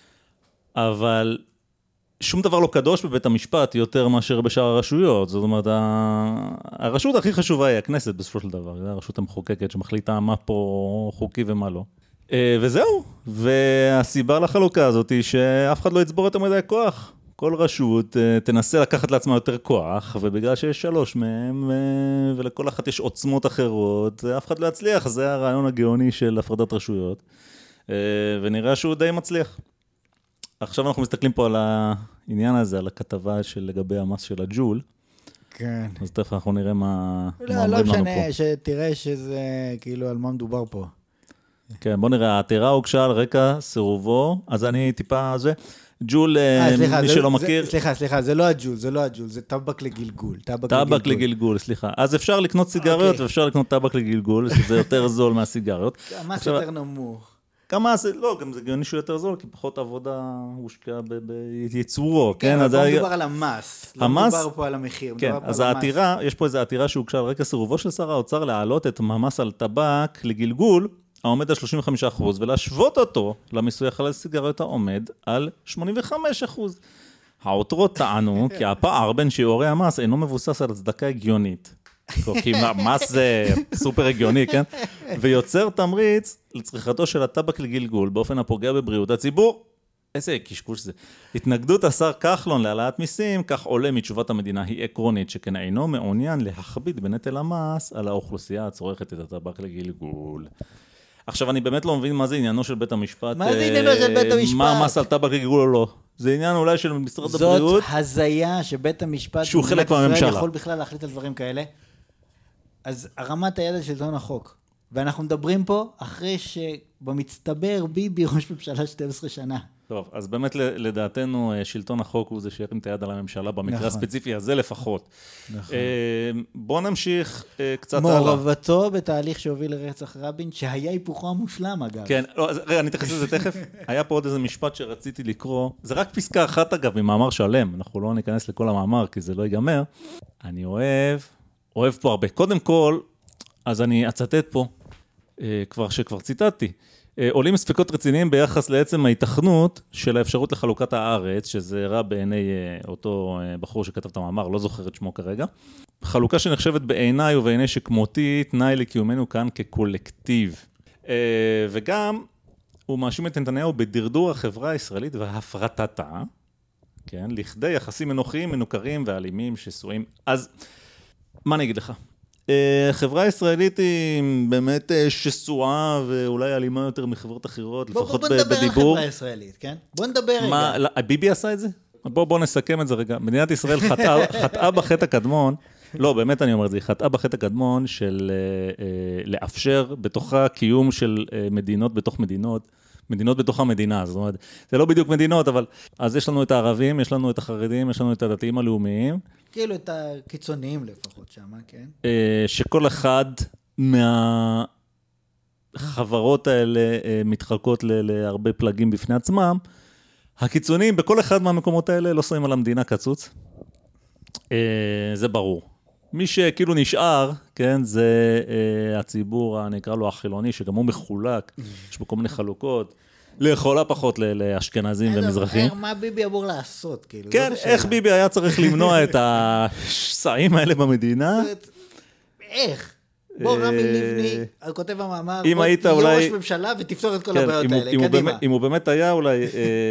אבל שום דבר לא קדוש בבית המשפט יותר מאשר בשאר הרשויות. זאת אומרת, הרשות הכי חשובה היא הכנסת בסופו של דבר. זה הרשות המחוקקת שמחליטה מה פה חוקי ומה לא. וזהו. והסיבה לחלוקה הזאת היא שאף אחד לא יצבור יותר מדי כוח. כל רשות תנסה לקחת לעצמה יותר כוח, ובגלל שיש 3 מהם, ולכל אחת יש עוצמות אחרות, אף אחד לא יצליח. זה הרעיון הגאוני של הפרדת רשויות, ונראה שהוא די מצליח. עכשיו אנחנו מסתכלים פה על העניין הזה, על הכתבה של לגבי המס של הג'ול. כן. אז תכף אנחנו נראה מה אומרים לא לנו פה. משנה, שתראה שזה כאילו על מה מדובר פה. כן, בוא נראה, העתירה הוגשה על רקע סירובו, אז אני טיפה זה... ג'ול, מי שלא מכיר... סליחה, זה לא הג'ול, זה טבק לגלגול. טבק לגלגול, סליחה. אז אפשר לקנות סיגריות, ואפשר לקנות טבק לגלגול, שזה יותר זול מהסיגריות. המס יותר נמוך. כמה זה, לא, גם זה גאוני שהוא יותר זול, כי פחות עבודה הושקעה בייצורו, כן? אבל לא מדובר על המס, לא מדובר פה על המחיר. כן, אז העתירה, יש פה איזו עתירה שהוגשה על רקע סירובו של שר האוצר להעלות את המס על טבק לגלגול, העומד על 35%, ולהשוות אותו למיסוי החל סיגריות העומד על 85%. העותרות טענו כי הפער בין שיעורי המס אינו מבוסס על הצדקה הגיונית. כי המס זה סופר הגיוני, כן? ויוצר תמריץ לצריכתו של הטבק לגלגול באופן הפוגע בבריאות הציבור. איזה קשקוש זה. התנגדות השר כחלון להעלאת מיסים, כך עולה מתשובת המדינה, היא עקרונית, שכן אינו מעוניין להכביד בנטל המס על האוכלוסייה הצורכת את הטבק לגלגול. עכשיו, אני באמת לא מבין מה זה עניינו של בית המשפט. מה זה עניינו של בית המשפט? מה המס על טבק לגלגול או לא. זה עניין אולי של משרד הבריאות. זאת הזיה שבית המשפט... שהוא חלק מהממשלה. יכול בכלל להחליט על דברים כאלה. אז הרמת היד על שלטון החוק. ואנחנו מדברים פה אחרי שבמצטבר ביבי ראש ממשלה 12 שנה. טוב, אז באמת לדעתנו שלטון החוק הוא זה שירים את היד על הממשלה, במקרה הספציפי הזה לפחות. נכון. בוא נמשיך קצת הלאה. מעורבתו בתהליך שהוביל לרצח רבין, שהיה היפוכו המושלם אגב. כן, רגע, אני אתייחס לזה תכף. היה פה עוד איזה משפט שרציתי לקרוא, זה רק פסקה אחת אגב, ממאמר שלם, אנחנו לא ניכנס לכל המאמר כי זה לא ייגמר. אני אוהב פה הרבה. קודם כל, אז אני אצטט פה, שכבר ציטטתי. עולים ספקות רציניים ביחס לעצם ההיתכנות של האפשרות לחלוקת הארץ, שזה רע בעיני אותו בחור שכתב את המאמר, לא זוכר את שמו כרגע. חלוקה שנחשבת בעיניי ובעיני שכמותי, תנאי לקיומנו כאן כקולקטיב. וגם הוא מאשים את נתניהו בדרדור החברה הישראלית והפרטתה, כן, לכדי יחסים אנוכיים, מנוכרים ואלימים שסועים. אז מה אני אגיד לך? חברה הישראלית היא באמת שסועה ואולי אלימה יותר מחברות אחרות, לפחות בדיבור. בוא נדבר על חברה הישראלית, כן? בוא נדבר רגע. ביבי עשה את זה? בוא נסכם את זה רגע. מדינת ישראל חטאה בחטא הקדמון, לא, באמת אני אומר את זה, היא חטאה בחטא הקדמון של לאפשר בתוכה קיום של מדינות בתוך מדינות, מדינות בתוך המדינה, זאת אומרת, זה לא בדיוק מדינות, אבל אז יש לנו את הערבים, יש לנו את החרדים, יש לנו את הדתיים הלאומיים. כאילו את הקיצוניים לפחות שם, כן? שכל אחד מהחברות האלה מתחלקות להרבה פלגים בפני עצמם. הקיצוניים בכל אחד מהמקומות האלה לא שמים על המדינה קצוץ. זה ברור. מי שכאילו נשאר, כן, זה הציבור, נקרא לו החילוני, שגם הוא מחולק, יש בו כל מיני חלוקות, לאכולה פחות לאשכנזים ומזרחים. מה ביבי אמור לעשות? כאילו, כן, איך ביבי היה צריך למנוע את השסעים האלה במדינה? איך? בוא רמי לבני, כותב המאמר, אם בוא היית תהיה אולי... ראש ממשלה ותפתור את כל כן, הבעיות האלה, קדימה. אם הוא באמת היה אולי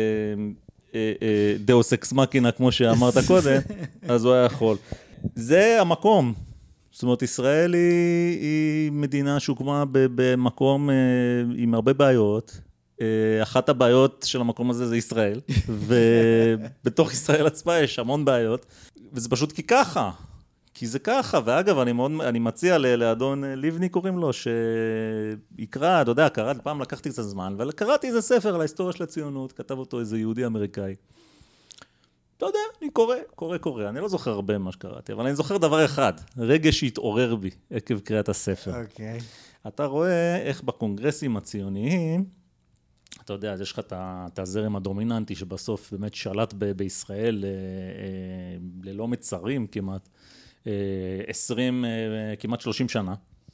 דאוס אקס מאקינה, כמו שאמרת קודם, אז הוא היה יכול. זה המקום. זאת אומרת, ישראל היא מדינה שהוקמה במקום עם הרבה בעיות. אחת הבעיות של המקום הזה זה ישראל, ובתוך ישראל עצמה יש המון בעיות, וזה פשוט כי ככה. כי זה ככה, ואגב, אני מציע לאדון לבני, קוראים לו, שיקרא, אתה יודע, פעם לקחתי קצת זמן, וקראתי איזה ספר על ההיסטוריה של הציונות, כתב אותו איזה יהודי אמריקאי. אתה יודע, אני קורא, אני לא זוכר הרבה מה שקראתי, אבל אני זוכר דבר אחד, רגש שהתעורר בי עקב קריאת הספר. אוקיי. אתה רואה איך בקונגרסים הציוניים, אתה יודע, יש לך את הזרם הדומיננטי שבסוף באמת שלט בישראל ללא מצרים כמעט, 20, כמעט 30 שנה.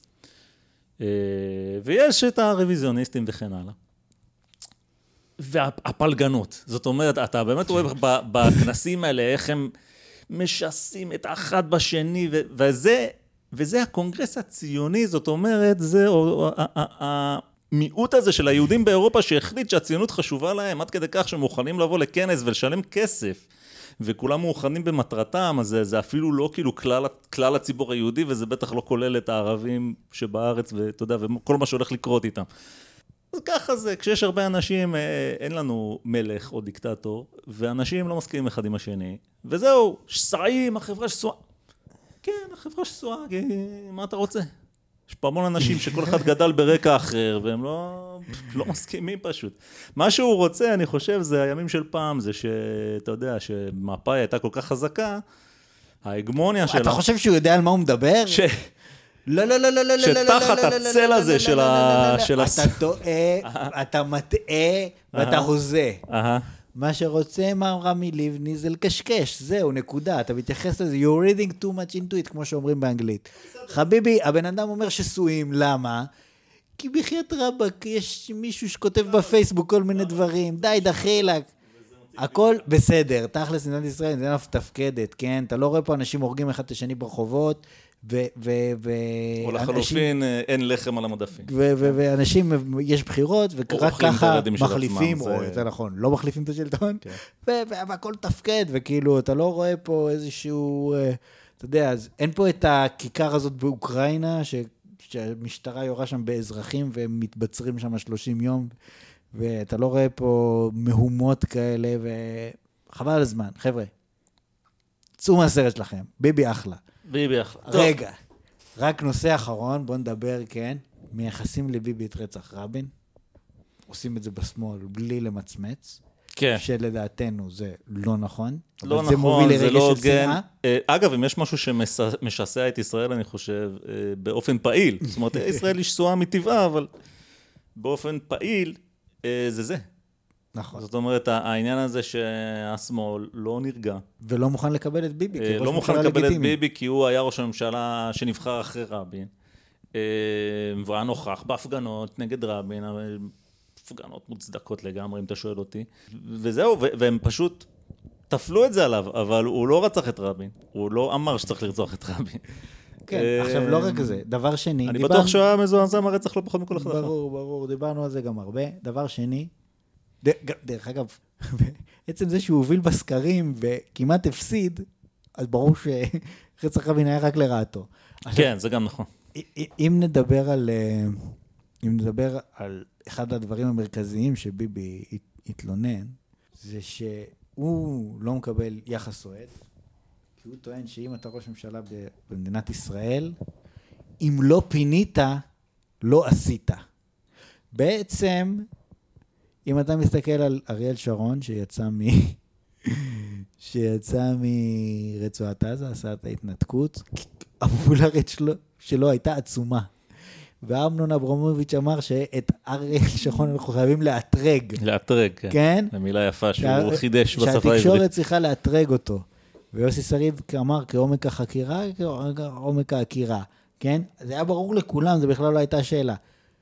ויש את הרוויזיוניסטים וכן הלאה. והפלגנות. זאת אומרת, אתה באמת רואה בכנסים האלה איך הם משסים את האחד בשני, וזה הקונגרס הציוני, זאת אומרת, זה המיעוט הזה של היהודים באירופה שהחליט שהציונות חשובה להם, עד כדי כך שהם מוכנים לבוא לכנס ולשלם כסף. וכולם מאוחדים במטרתם, אז זה אפילו לא כאילו כלל הציבור היהודי, וזה בטח לא כולל את הערבים שבארץ, ואתה יודע, וכל מה שהולך לקרות איתם. אז ככה זה, כשיש הרבה אנשים, אין לנו מלך או דיקטטור, ואנשים לא מסכימים אחד עם השני, וזהו, שסעים, החברה שסועה. כן, החברה שסועה, מה אתה רוצה? יש פה המון אנשים שכל אחד גדל ברקע אחר, והם לא מסכימים פשוט. מה שהוא רוצה, אני חושב, זה הימים של פעם, זה שאתה יודע, שמפאי הייתה כל כך חזקה, ההגמוניה שלה... אתה חושב שהוא יודע על מה הוא מדבר? לא, לא, לא, לא, לא, שתחת הצל הזה של אתה טועה, אתה מטעה, ואתה הוזה. מה שרוצה מר רמי לבני זה לקשקש, זהו, נקודה, אתה מתייחס לזה, you're reading too much into it, כמו שאומרים באנגלית. חביבי, הבן אדם אומר שסויים, למה? כי בחיית רבק, יש מישהו שכותב בפייסבוק כל מיני דברים, די, דחילק. הכל בסדר, תכלס מדינת ישראל, זה תפקדת, כן? אתה לא רואה פה אנשים הורגים אחד את השני ברחובות, או לחלופין, אין לחם על המדפים. ואנשים, יש בחירות, ורק ככה מחליפים, או יותר נכון, לא מחליפים את השלטון, והכל תפקד, וכאילו, אתה לא רואה פה איזשהו, אתה יודע, אז אין פה את הכיכר הזאת באוקראינה, שהמשטרה יורה שם באזרחים, והם מתבצרים שם 30 יום, ואתה לא רואה פה מהומות כאלה, וחבל על הזמן, חבר'ה, צאו מהסרט שלכם, ביבי אחלה. ביבי אחלה. רגע, רק נושא אחרון, בוא נדבר, כן, מייחסים לביבי את רצח רבין, עושים את זה בשמאל בלי למצמץ, כן. שלדעתנו זה לא נכון. לא נכון, זה לא הוגן. אגב, אם יש משהו שמשסע את ישראל, אני חושב, באופן פעיל, זאת אומרת, ישראל היא שסועה מטבעה, אבל באופן פעיל, זה. נכון. זאת אומרת, העניין הזה שהשמאל לא נרגע. ולא מוכן לקבל את ביבי, לא מוכן לקבל את ביבי, כי הוא היה ראש הממשלה שנבחר אחרי רבין, והוא היה נוכח בהפגנות נגד רבין, הפגנות מוצדקות לגמרי, אם אתה שואל אותי. וזהו, והם פשוט תפלו את זה עליו, אבל הוא לא רצח את רבין, הוא לא אמר שצריך לרצוח את רבין. כן, עכשיו לא רק זה, דבר שני... אני בטוח שהוא היה מזועזע מהרצח לא פחות מכל אחד. ברור, דיברנו על זה גם הרבה. דבר שני, דרך אגב, בעצם זה שהוא הוביל בסקרים וכמעט הפסיד, אז ברור שרצח רבין היה רק לרעתו. כן, זה גם נכון. אם נדבר על אחד הדברים המרכזיים שביבי התלונן, זה שהוא לא מקבל יחס אוהד, כי הוא טוען שאם אתה ראש ממשלה במדינת ישראל, אם לא פינית, לא עשית. בעצם, אם אתה מסתכל על אריאל שרון, שיצא מרצועת עזה, עשה את ההתנתקות, הפופולרית שלו הייתה עצומה. ואמנון אברמוביץ' אמר שאת אריאל שרון אנחנו חייבים לאתרג. לאתרג, כן. כן? זו מילה יפה שהוא חידש בשפה העברית. שהתקשורת צריכה לאתרג אותו. ויוסי שריד אמר כעומק החקירה, כעומק העקירה, כן? זה היה ברור לכולם, זה בכלל לא הייתה שאלה.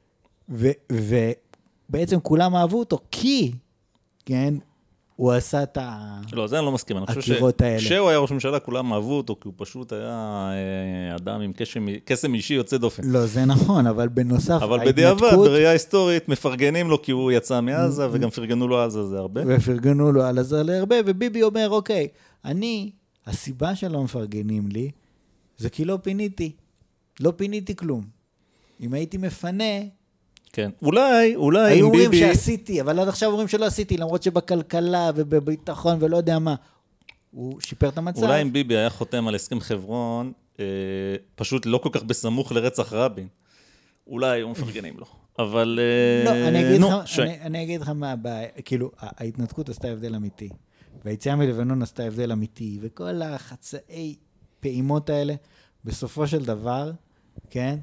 ובעצם כולם אהבו אותו, כי, כן, הוא עשה את לא, זה אני לא מסכים. אני חושב שכשהוא היה ראש ממשלה, כולם אהבו אותו, כי הוא פשוט היה אדם עם קסם אישי יוצא דופן. לא, זה נכון, אבל בנוסף, אבל בדיעבד, בראייה היסטורית, מפרגנים לו כי הוא יצא מעזה, וגם פרגנו לו על זה הרבה. ופרגנו לו על זה הרבה, וביבי אומר, אוקיי, הסיבה שלא מפרגנים לי, זה כי לא פיניתי כלום. אם הייתי מפנה, כן, אולי היו אם אומרים ביבי... שעשיתי, אבל עד עכשיו אומרים שלא עשיתי, למרות שבכלכלה ובביטחון ולא יודע מה, הוא שיפר את המצב. אולי אם ביבי היה חותם על הסכם חברון, פשוט לא כל כך בסמוך לרצח רבין, אולי הוא מפרגנים לו. אבל... לא, אני אגיד לך מה הבעיה, כאילו, ההתנתקות עשתה הבדל אמיתי, והיציאה מלבנון עשתה הבדל אמיתי, וכל החצאי פעימות האלה, בסופו של דבר, כן,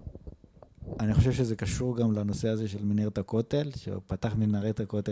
אני חושב שזה קשור גם לנושא הזה של מנהרת הכותל, שהוא פתח מנהרת הכותל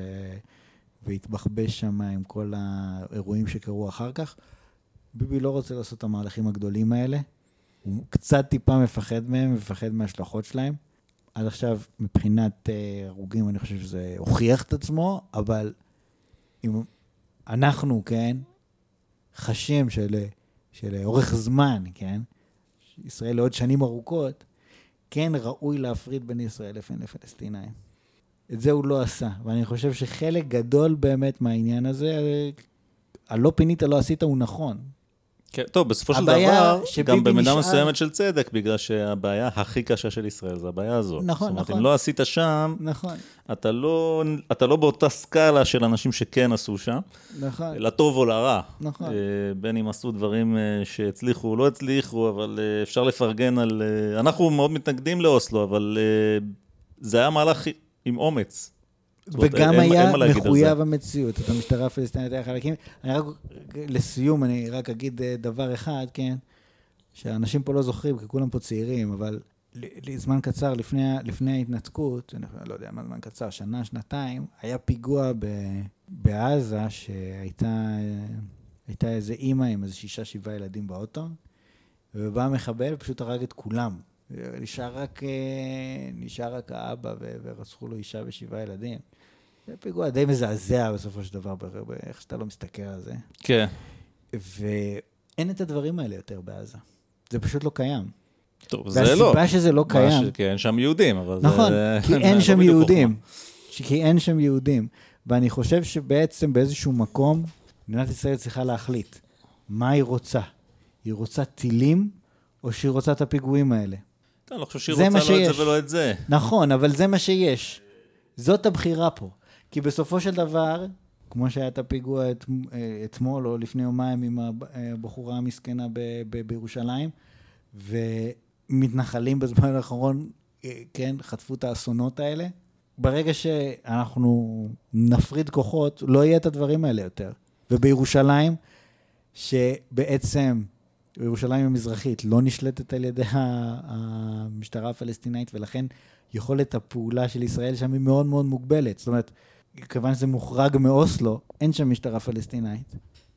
והתבחבש שם עם כל האירועים שקרו אחר כך. ביבי לא רוצה לעשות את המהלכים הגדולים האלה, הוא קצת טיפה מפחד מהם, מפחד מההשלכות שלהם. עד עכשיו, מבחינת הרוגים, אני חושב שזה הוכיח את עצמו, אבל אם אנחנו, כן, חשים של אורך זמן, כן, ישראל לעוד שנים ארוכות, כן ראוי להפריד בין ישראל לבין הפלסטינאים. את זה הוא לא עשה, ואני חושב שחלק גדול באמת מהעניין הזה, הלא פינית, לא עשית, הוא נכון. כן, טוב, בסופו של דבר, גם במידה מסוימת של צדק, בגלל שהבעיה הכי קשה של ישראל, זה הבעיה הזאת. נכון, זאת אומרת, נכון. אם לא עשית שם, נכון. אתה לא באותה סקאלה של אנשים שכן עשו שם, נכון. לטוב או לרע. נכון. בין אם עשו דברים שהצליחו או לא הצליחו, אבל אפשר לפרגן על... אנחנו מאוד מתנגדים לאוסלו, אבל זה היה מהלך עם אומץ. וגם היה מחויב המציאות, את המשטרה הפלסטינית היה חלקים. לסיום, אני רק אגיד דבר אחד, כן, שאנשים פה לא זוכרים, כי כולם פה צעירים, אבל לזמן קצר לפני ההתנתקות, אני לא יודע מה זמן קצר, שנה, שנתיים, היה פיגוע בעזה, שהייתה איזה אימא עם איזה 6-7 ילדים באוטו, ובא מחבל ופשוט הרג את כולם. נשאר רק האבא ורצחו לו אישה ו7 ילדים. זה פיגוע די מזעזע בסופו של דבר, איך שאתה לא מסתכל על זה. כן. ואין את הדברים האלה יותר בעזה. זה פשוט לא קיים. טוב, זה לא. והסיבה שזה לא קיים. כי אין שם יהודים, אבל נכון, כי אין שם יהודים. כי אין שם יהודים. ואני חושב שבעצם באיזשהו מקום, מדינת ישראל צריכה להחליט מה היא רוצה. היא רוצה טילים, או שהיא רוצה את הפיגועים האלה. אני לא חושב שהיא רוצה לא את זה ולא את זה. נכון, אבל זה מה שיש. זאת הבחירה פה. כי בסופו של דבר, כמו שהיה את הפיגוע אתמול או לפני יומיים עם הבחורה המסכנה בירושלים, ומתנחלים בזמן האחרון, כן, חטפו את האסונות האלה. ברגע שאנחנו נפריד כוחות, לא יהיה את הדברים האלה יותר. ובירושלים, שבעצם... בירושלים המזרחית לא נשלטת על ידי המשטרה הפלסטינאית, ולכן יכולת הפעולה של ישראל שם היא מאוד מאוד מוגבלת. זאת אומרת, כיוון שזה מוחרג מאוסלו, אין שם משטרה פלסטינאית.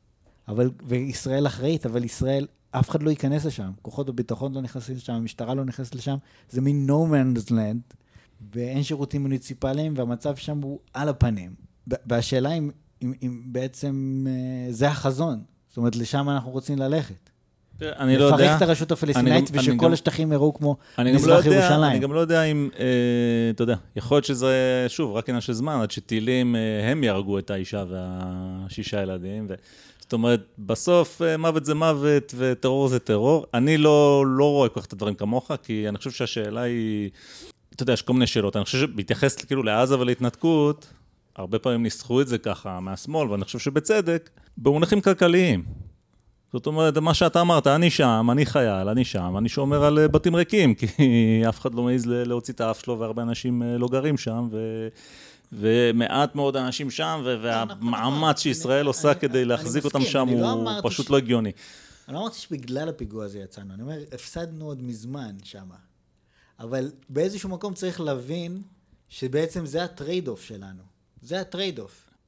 וישראל אחראית, אבל ישראל, אף אחד לא ייכנס לשם. כוחות הביטחון לא נכנסים לשם, המשטרה לא נכנסת לשם. זה מין no man's land, ואין שירותים מוניציפליים, והמצב שם הוא על הפנים. והשאלה אם בעצם זה החזון. זאת אומרת, לשם אנחנו רוצים ללכת. אני לא יודע. לפרק את הרשות הפלסטינאית ושכל השטחים יראו כמו מזרח ירושלים. אני גם לא יודע אם, אתה יודע, יכול להיות שזה, שוב, רק עניין של זמן, עד שטילים הם יהרגו את האישה וה6 ילדים. זאת אומרת, בסוף מוות זה מוות וטרור זה טרור. אני לא רואה כל כך את הדברים כמוך, כי אני חושב שהשאלה היא, אתה יודע, יש כל מיני שאלות. אני חושב שבהתייחס כאילו לעזה ולהתנתקות, הרבה פעמים ניסחו את זה ככה מהשמאל, ואני חושב שבצדק, במונחים כלכליים. זאת אומרת, מה שאתה אמרת, אני שם, אני חייל, אני שם, אני שומר על בתים ריקים, כי אף אחד לא מעז להוציא את האף שלו, והרבה אנשים לא גרים שם, ומעט מאוד אנשים שם, והמאמץ שישראל עושה כדי להחזיק אותם שם, הוא פשוט לא הגיוני. אני לא אמרתי שבגלל הפיגוע הזה יצאנו, אני אומר, הפסדנו עוד מזמן שם, אבל באיזשהו מקום צריך להבין, שבעצם זה הטרייד אוף שלנו, זה הטרייד אוף.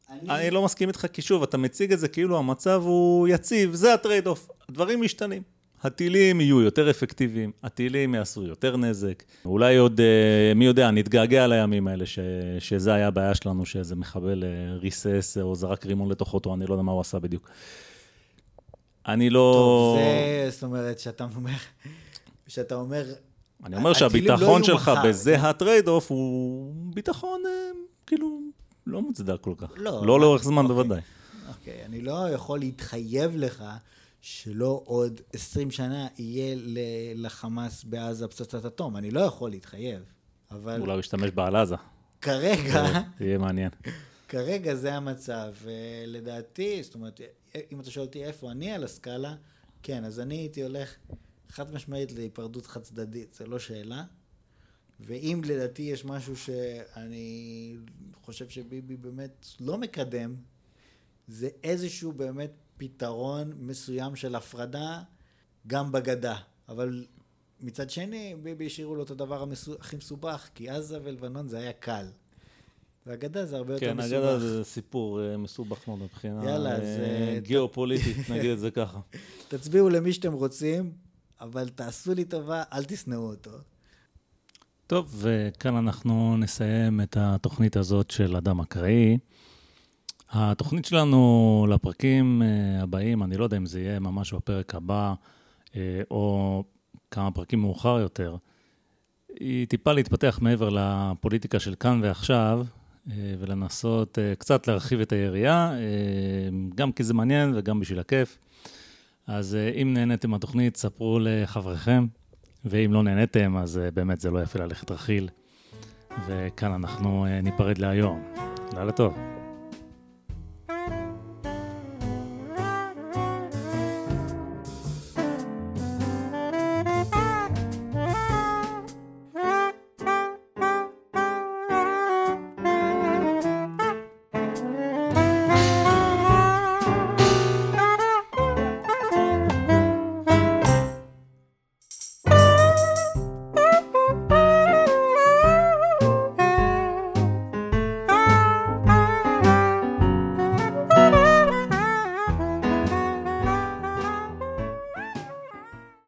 אני לא מסכים איתך, כי שוב, אתה מציג את זה כאילו המצב הוא יציב, זה הטרייד אוף, דברים משתנים. הטילים יהיו יותר אפקטיביים, הטילים יעשו יותר נזק. אולי עוד, מי יודע, נתגעגע על הימים האלה, שזה היה הבעיה שלנו, שאיזה מחבל ריסס או זרק רימון לתוך אותו, אני לא יודע מה הוא עשה בדיוק. אני לא... טוב, זה, זאת אומרת, שאתה אומר... אני אומר שהביטחון שלך בזה הטרייד אוף הוא ביטחון, כאילו, לא מוצדק כל כך. לא לאורך זמן בוודאי. אוקיי, אני לא יכול להתחייב לך שלא עוד 20 שנה יהיה לחמאס בעזה פצצת אטום. אני לא יכול להתחייב, אבל... אולי הוא ישתמש בה על עזה. כרגע... יהיה מעניין. כרגע זה המצב, ולדעתי, זאת אומרת, אם אתה שואל אותי איפה אני על הסקאלה, כן, אז אני הייתי הולך חד משמעית להיפרדות חד צדדית, זה לא שאלה. ואם לדעתי יש משהו שאני חושב שביבי באמת לא מקדם, זה איזשהו באמת פתרון מסוים של הפרדה גם בגדה. אבל מצד שני, ביבי השאירו לו את הדבר הכי מסובך, כי עזה ולבנון זה היה קל. והגדה זה הרבה יותר מסובך. כן, הגדה זה סיפור מסובך מאוד מבחינה גיאופוליטית, נגיד את זה ככה. תצביעו למי שאתם רוצים, אבל תעשו לי טובה, אל תשנאו אותו. טוב, וכאן אנחנו נסיים את התוכנית הזאת של אדם אקראי. התוכנית שלנו לפרקים הבאים, אני לא יודע אם זה יהיה ממש בפרק הבא, או כמה פרקים מאוחר יותר, היא טיפה להתפתח מעבר לפוליטיקה של כאן ועכשיו, ולנסות קצת להרחיב את היריעה, גם כי זה מעניין וגם בשביל הכיף. אז אם נהניתם מהתוכנית, ספרו לחבריכם, ואם לא נהניתם, אז באמת זה לא יפה ללכת רכיל. וכאן אנחנו ניפרד להיום. לילה טוב.